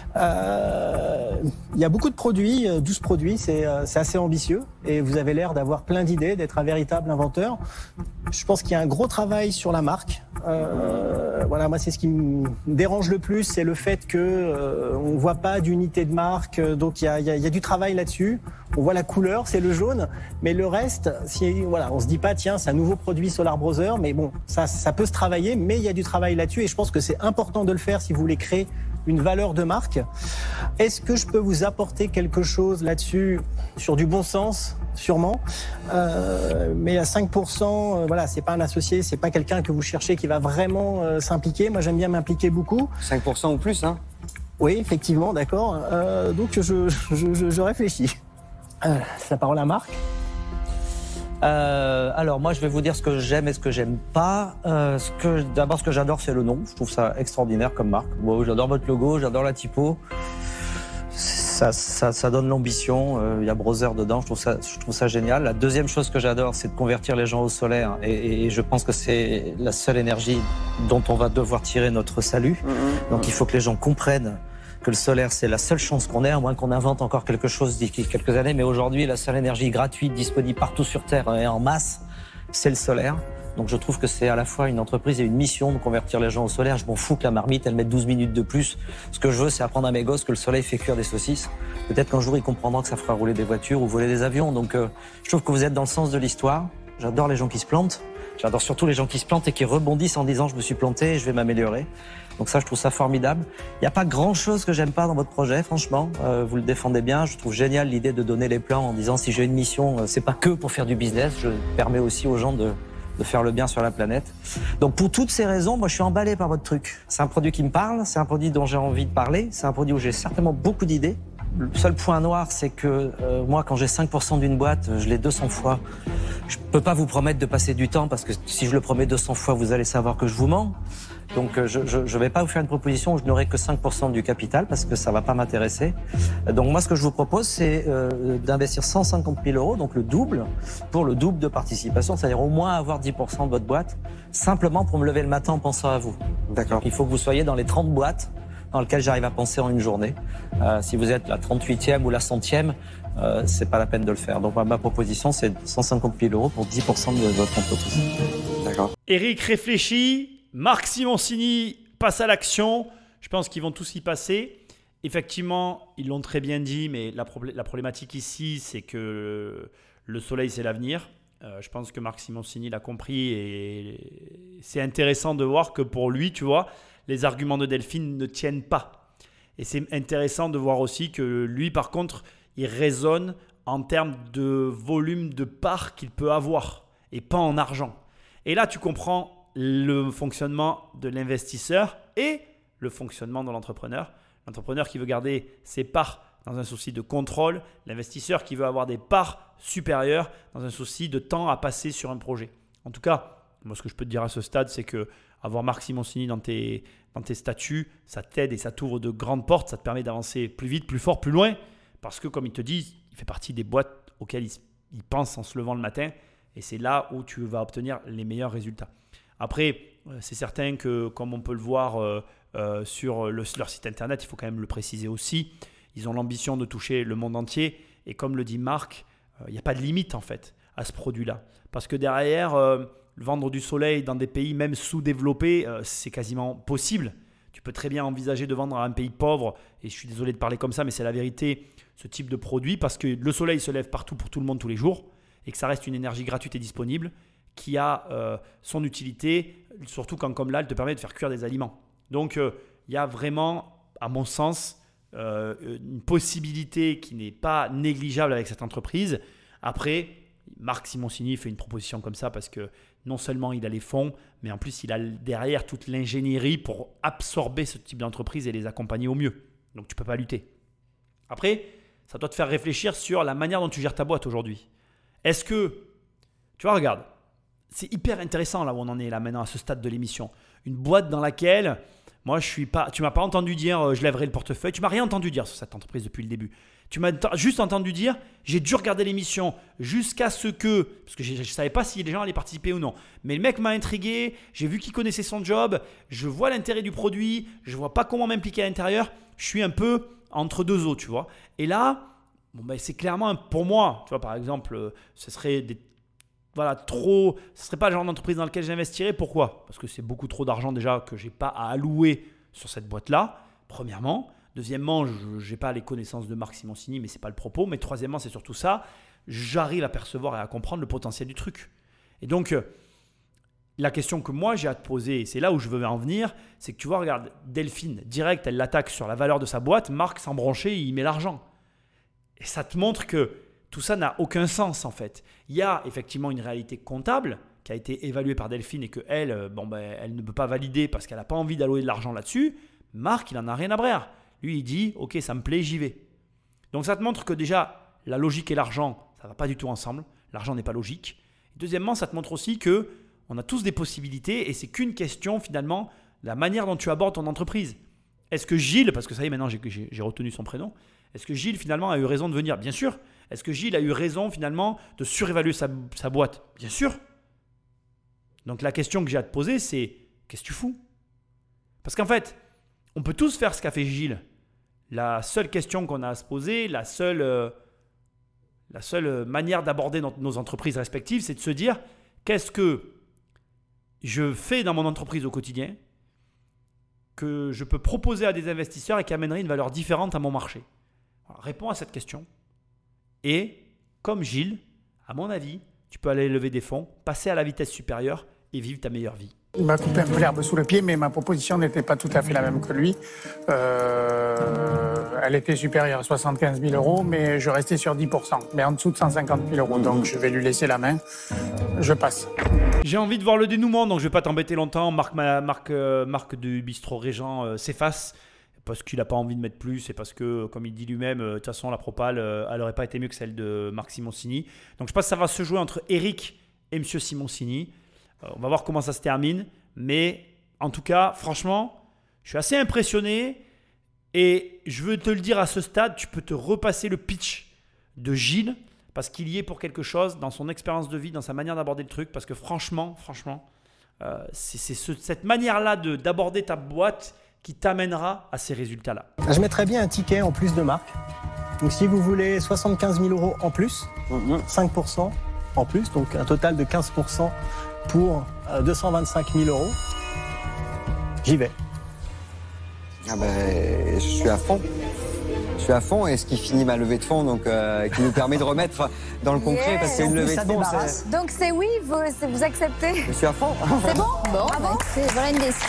Il y a beaucoup de produits, 12 produits, c'est assez ambitieux et vous avez l'air d'avoir plein d'idées, d'être un véritable inventeur. Je pense qu'il y a un gros travail sur la marque. Voilà, moi c'est ce qui me dérange le plus, c'est le fait que on voit pas d'unité de marque, donc il y a du travail là-dessus. On voit la couleur, c'est le jaune, mais le reste, on se dit pas tiens c'est un nouveau produit Solar Brother, mais bon ça peut se travailler, mais il y a du travail là-dessus et je pense que c'est important de le faire si vous voulez créer une valeur de marque. Est-ce que je peux vous apporter quelque chose là-dessus sur du bon sens? Sûrement, mais à 5%, voilà, c'est pas un associé, c'est pas quelqu'un que vous cherchez qui va vraiment s'impliquer. Moi, j'aime bien m'impliquer beaucoup. 5% ou plus, hein? Oui, effectivement, d'accord. Donc, je réfléchis. La parole à Marc. Alors moi je vais vous dire ce que j'aime et ce que j'aime pas. D'abord ce que j'adore c'est le nom, je trouve ça extraordinaire comme marque. Bon, j'adore votre logo, j'adore la typo. Ça donne l'ambition, il y a Brother dedans, je trouve ça génial. La deuxième chose que j'adore c'est de convertir les gens au solaire et je pense que c'est la seule énergie dont on va devoir tirer notre salut. Donc il faut que les gens comprennent que le solaire, c'est la seule chance qu'on ait, à moins qu'on invente encore quelque chose d'ici quelques années. Mais aujourd'hui, la seule énergie gratuite disponible partout sur Terre et en masse, c'est le solaire. Donc je trouve que c'est à la fois une entreprise et une mission de convertir les gens au solaire. Je m'en fous que la marmite, elle mette 12 minutes de plus. Ce que je veux, c'est apprendre à mes gosses que le soleil fait cuire des saucisses. Peut-être qu'un jour, ils comprendront que ça fera rouler des voitures ou voler des avions. Donc je trouve que vous êtes dans le sens de l'histoire. J'adore les gens qui se plantent. J'adore surtout les gens qui se plantent et qui rebondissent en disant « je me suis planté et je vais m'améliorer ». Donc ça, je trouve ça formidable. Il n'y a pas grand-chose que j'aime pas dans votre projet, franchement. Vous le défendez bien. Je trouve génial l'idée de donner les plans en disant si j'ai une mission, c'est pas que pour faire du business. Je permets aussi aux gens de faire le bien sur la planète. Donc pour toutes ces raisons, moi je suis emballé par votre truc. C'est un produit qui me parle, c'est un produit dont j'ai envie de parler, c'est un produit où j'ai certainement beaucoup d'idées. Le seul point noir, c'est que moi, quand j'ai 5% d'une boîte, je l'ai 200 fois. Je peux pas vous promettre de passer du temps parce que si je le promets 200 fois, vous allez savoir que je vous mens. Donc je vais pas vous faire une proposition où je n'aurai que 5% du capital parce que ça va pas m'intéresser. Donc moi, ce que je vous propose, c'est d'investir 150 000 €, donc le double, pour le double de participation, c'est-à-dire au moins avoir 10% de votre boîte, simplement pour me lever le matin en pensant à vous. D'accord. Il faut que vous soyez dans les 30 boîtes dans lesquelles j'arrive à penser en une journée. Si vous êtes la 38e ou la 100e, c'est pas la peine de le faire. Donc ma proposition, c'est 150 000 € pour 10% de votre entreprise. D'accord. Eric réfléchit. Marc Simoncini passe à l'action. Je pense qu'ils vont tous y passer. Effectivement, ils l'ont très bien dit, mais la problématique ici, c'est que le soleil, c'est l'avenir. Je pense que Marc Simoncini l'a compris et c'est intéressant de voir que pour lui, tu vois, les arguments de Delphine ne tiennent pas. Et c'est intéressant de voir aussi que lui, par contre, il raisonne en termes de volume de part qu'il peut avoir et pas en argent. Et là, tu comprends le fonctionnement de l'investisseur et le fonctionnement de l'entrepreneur. L'entrepreneur qui veut garder ses parts dans un souci de contrôle, l'investisseur qui veut avoir des parts supérieures dans un souci de temps à passer sur un projet. En tout cas, Moi, ce que je peux te dire à ce stade, c'est que avoir Marc Simoncini dans tes statuts, ça t'aide et ça t'ouvre de grandes portes. Ça te permet d'avancer plus vite, plus fort, plus loin. Parce que, comme il te dit, il fait partie des boîtes auxquelles il pense en se levant le matin. Et c'est là où tu vas obtenir les meilleurs résultats. Après, c'est certain que, comme on peut le voir sur leur site internet, il faut quand même le préciser aussi, ils ont l'ambition de toucher le monde entier. Et comme le dit Marc, il n'y a pas de limite en fait à ce produit-là. Parce que derrière, vendre du soleil dans des pays même sous-développés, c'est quasiment possible. Tu peux très bien envisager de vendre à un pays pauvre, et je suis désolé de parler comme ça, mais c'est la vérité, ce type de produit, parce que le soleil se lève partout pour tout le monde tous les jours, et que ça reste une énergie gratuite et disponible, qui a son utilité, surtout quand comme là, elle te permet de faire cuire des aliments. Donc, il y a vraiment, à mon sens, une possibilité qui n'est pas négligeable avec cette entreprise. Après, Marc Simoncini fait une proposition comme ça parce que non seulement il a les fonds, mais en plus il a derrière toute l'ingénierie pour absorber ce type d'entreprise et les accompagner au mieux. Donc tu ne peux pas lutter. Après, ça doit te faire réfléchir sur la manière dont tu gères ta boîte aujourd'hui. Est-ce que, tu vois, regarde, c'est hyper intéressant là où on en est là maintenant à ce stade de l'émission. Une boîte dans laquelle, moi je suis pas, tu m'as pas entendu dire je lèverai le portefeuille, tu m'as rien entendu dire sur cette entreprise depuis le début. Tu m'as juste entendu dire, j'ai dû regarder l'émission jusqu'à ce que, parce que je ne savais pas si les gens allaient participer ou non, mais le mec m'a intrigué, j'ai vu qu'il connaissait son job, je vois l'intérêt du produit, je ne vois pas comment m'impliquer à l'intérieur, je suis un peu entre deux eaux, tu vois. Et là, bon, ben, c'est clairement pour moi, tu vois, par exemple, ce serait ce serait pas le genre d'entreprise dans lequel j'investirais. Pourquoi ? Parce que c'est beaucoup trop d'argent déjà que je n'ai pas à allouer sur cette boîte-là, premièrement. Deuxièmement, je n'ai pas les connaissances de Marc Simoncini, mais ce n'est pas le propos. Mais troisièmement, c'est surtout ça, j'arrive à percevoir et à comprendre le potentiel du truc. Et donc, la question que moi j'ai à te poser, et c'est là où je veux en venir, c'est que tu vois, regarde, Delphine, direct, elle l'attaque sur la valeur de sa boîte, Marc, sans broncher, il met l'argent. Et ça te montre que tout ça n'a aucun sens en fait. Il y a effectivement une réalité comptable qui a été évaluée par Delphine et qu'elle, elle ne peut pas valider parce qu'elle n'a pas envie d'allouer de l'argent là-dessus. Marc, il n'en a rien à brère. Lui, il dit « Ok, ça me plaît, j'y vais ». Donc, ça te montre que déjà, la logique et l'argent, ça ne va pas du tout ensemble. L'argent n'est pas logique. Et deuxièmement, ça te montre aussi qu'on a tous des possibilités et c'est qu'une question finalement de la manière dont tu abordes ton entreprise. Est-ce que Gilles, parce que ça y est, maintenant j'ai retenu son prénom, est-ce que Gilles finalement a eu raison de venir ? Bien sûr. Est-ce que Gilles a eu raison finalement de surévaluer sa boîte ? Bien sûr. Donc, la question que j'ai à te poser, c'est qu'est-ce que tu fous ? Parce qu'en fait, on peut tous faire ce qu'a fait Gilles. La seule question qu'on a à se poser, la seule manière d'aborder nos entreprises respectives, c'est de se dire qu'est-ce que je fais dans mon entreprise au quotidien que je peux proposer à des investisseurs et qui amènerait une valeur différente à mon marché. Alors, réponds à cette question. Et comme Gilles, à mon avis, tu peux aller lever des fonds, passer à la vitesse supérieure et vivre ta meilleure vie. Il m'a coupé un peu l'herbe sous le pied, mais ma proposition n'était pas tout à fait la même que lui. Elle était supérieure à 75 000 euros, mais je restais sur 10%, mais en dessous de 150 000 euros. Donc je vais lui laisser la main. Je passe. J'ai envie de voir le dénouement, donc je ne vais pas t'embêter longtemps. Marc du Bistrot Régent s'efface parce qu'il n'a pas envie de mettre plus et parce que, comme il dit lui-même, de toute façon, la propale, elle n'aurait pas été mieux que celle de Marc Simoncini. Donc je pense que ça va se jouer entre Eric et M. Simoncini. On va voir comment ça se termine. Mais en tout cas, franchement, je suis assez impressionné. Et je veux te le dire à ce stade, tu peux te repasser le pitch de Gilles parce qu'il y est pour quelque chose dans son expérience de vie, dans sa manière d'aborder le truc. Parce que franchement, c'est cette manière-là d'aborder ta boîte qui t'amènera à ces résultats-là. Je mettrais bien un ticket en plus de Marc. Donc si vous voulez 75 000 euros en plus, 5% en plus, donc un total de 15% pour 225 000 euros, j'y vais. Ah ben, je suis à fond. Je suis à fond et ce qui finit ma levée de fonds, donc qui nous permet de remettre dans le concret, Yes. parce qu'il y a une levée de fonds. Donc c'est oui, vous acceptez. Je suis à fond. C'est bon. Bon, voilà une décision.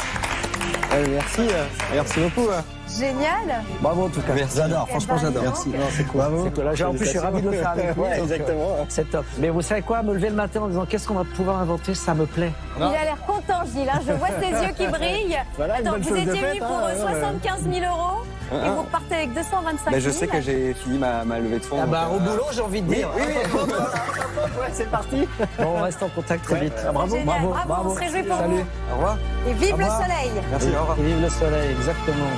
Merci beaucoup. Génial. Bravo en tout cas. Merci. J'adore, franchement j'adore. Merci. Non, c'est cool. Bravo. En plus, je suis ravi de le faire avec vous. Ouais, Exactement. C'est top. Mais vous savez quoi, me lever le matin en disant qu'est-ce qu'on va pouvoir inventer, ça me plaît. Il a l'air content, Gilles. Je vois ses yeux qui brillent. Voilà, une Attends, bonne vous chose de étiez faite, venu pour hein, 75 000 euros. Et vous repartez avec 225 000. Je sais que j'ai fini ma levée de fonds. Au boulot, j'ai envie de dire. Oui. Ouais, c'est parti. Bon, on reste en contact très vite. Bravo, Génial, bravo, bravo, bravo. on se réjouit pour Salut. Au revoir. Et vive Au le revoir. soleil. Merci, au revoir. Et vive le soleil, exactement.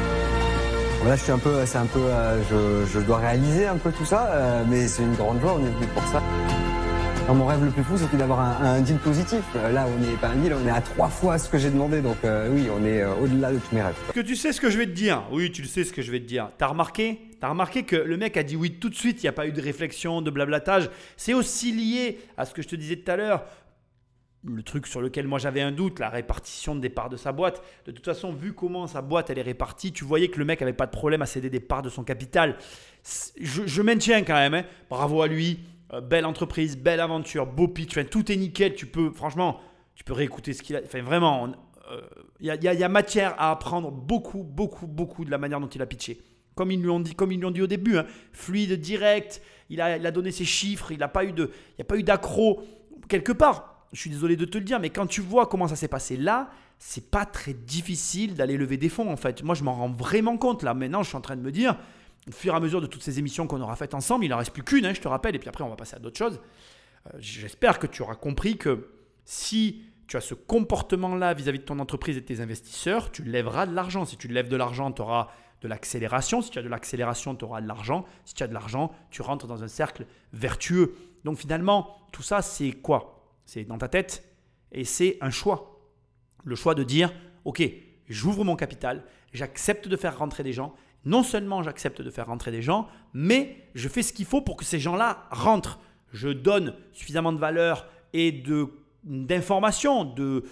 Là, je dois réaliser un peu tout ça, mais c'est une grande joie, on est venu pour ça. Alors, mon rêve le plus fou, c'était d'avoir un deal positif. Là, on n'est pas un deal, on est à 3 fois ce que j'ai demandé, donc oui, on est au-delà de tous mes rêves. Est-ce que tu sais ce que je vais te dire? Oui, tu le sais ce que je vais te dire. T'as remarqué que le mec a dit oui tout de suite, il n'y a pas eu de réflexion, de blablatage. C'est aussi lié à ce que je te disais tout à l'heure. Le truc sur lequel moi j'avais un doute, la répartition des parts de sa boîte. De toute façon, vu comment sa boîte elle est répartie, tu voyais que le mec n'avait pas de problème à céder des parts de son capital. Je maintiens quand même, hein. Bravo à lui, belle entreprise, belle aventure, beau pitch, enfin, tout est nickel. Tu peux réécouter ce qu'il a. Enfin, vraiment, il y a matière à apprendre beaucoup de la manière dont il a pitché. Comme ils lui ont dit au début, hein, fluide, direct. Il a donné ses chiffres, il n'y a pas eu d'accro quelque part. Je suis désolé de te le dire, mais quand tu vois comment ça s'est passé là, c'est pas très difficile d'aller lever des fonds en fait. Moi, je m'en rends vraiment compte là. Maintenant, je suis en train de me dire, au fur et à mesure de toutes ces émissions qu'on aura faites ensemble, il n'en reste plus qu'une, hein, je te rappelle, et puis après, on va passer à d'autres choses. J'espère que tu auras compris que si tu as ce comportement-là vis-à-vis de ton entreprise et de tes investisseurs, tu lèveras de l'argent. Si tu lèves de l'argent, tu auras de l'accélération. Si tu as de l'accélération, tu auras de l'argent. Si tu as de l'argent, tu rentres dans un cercle vertueux. Donc finalement, tout ça, c'est quoi ? C'est dans ta tête et c'est un choix. Le choix de dire, ok, j'ouvre mon capital, j'accepte de faire rentrer des gens. Non seulement j'accepte de faire rentrer des gens, mais je fais ce qu'il faut pour que ces gens-là rentrent. Je donne suffisamment de valeur et d'informations, de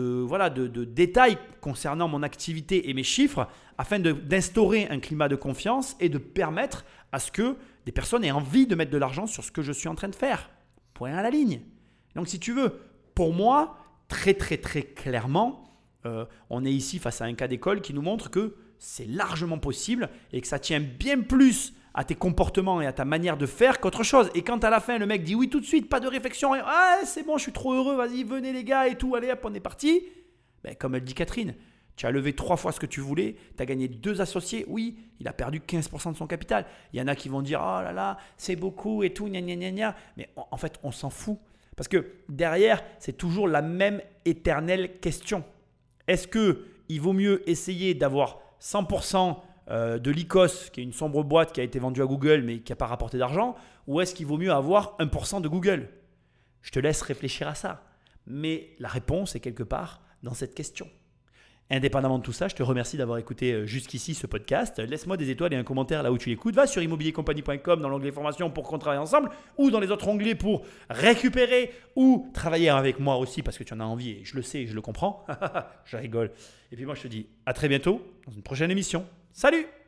détails concernant mon activité et mes chiffres afin d'instaurer un climat de confiance et de permettre à ce que des personnes aient envie de mettre de l'argent sur ce que je suis en train de faire. Point à la ligne. Donc si tu veux, pour moi, très clairement, on est ici face à un cas d'école qui nous montre que c'est largement possible et que ça tient bien plus à tes comportements et à ta manière de faire qu'autre chose. Et quand à la fin, le mec dit oui tout de suite, pas de réflexion, rien, ah c'est bon, je suis trop heureux, vas-y, venez les gars et tout, allez hop, on est parti. Ben, comme elle dit Catherine, tu as levé 3 fois ce que tu voulais, tu as gagné 2 associés, oui, il a perdu 15% de son capital. Il y en a qui vont dire oh là là, c'est beaucoup et tout, gna gna gna gna. Mais en fait, on s'en fout. Parce que derrière, c'est toujours la même éternelle question. Est-ce qu'il vaut mieux essayer d'avoir 100% de l'ICOS, qui est une sombre boîte qui a été vendue à Google mais qui n'a pas rapporté d'argent, ou est-ce qu'il vaut mieux avoir 1% de Google? Je te laisse réfléchir à ça. Mais la réponse est quelque part dans cette question. Indépendamment de tout ça, je te remercie d'avoir écouté jusqu'ici ce podcast. Laisse-moi des étoiles et un commentaire là où tu l'écoutes. Va sur immobiliercompagnie.com dans l'onglet formation pour qu'on travaille ensemble ou dans les autres onglets pour récupérer ou travailler avec moi aussi parce que tu en as envie et je le sais et je le comprends. Je rigole. Et puis moi je te dis à très bientôt dans une prochaine émission. Salut!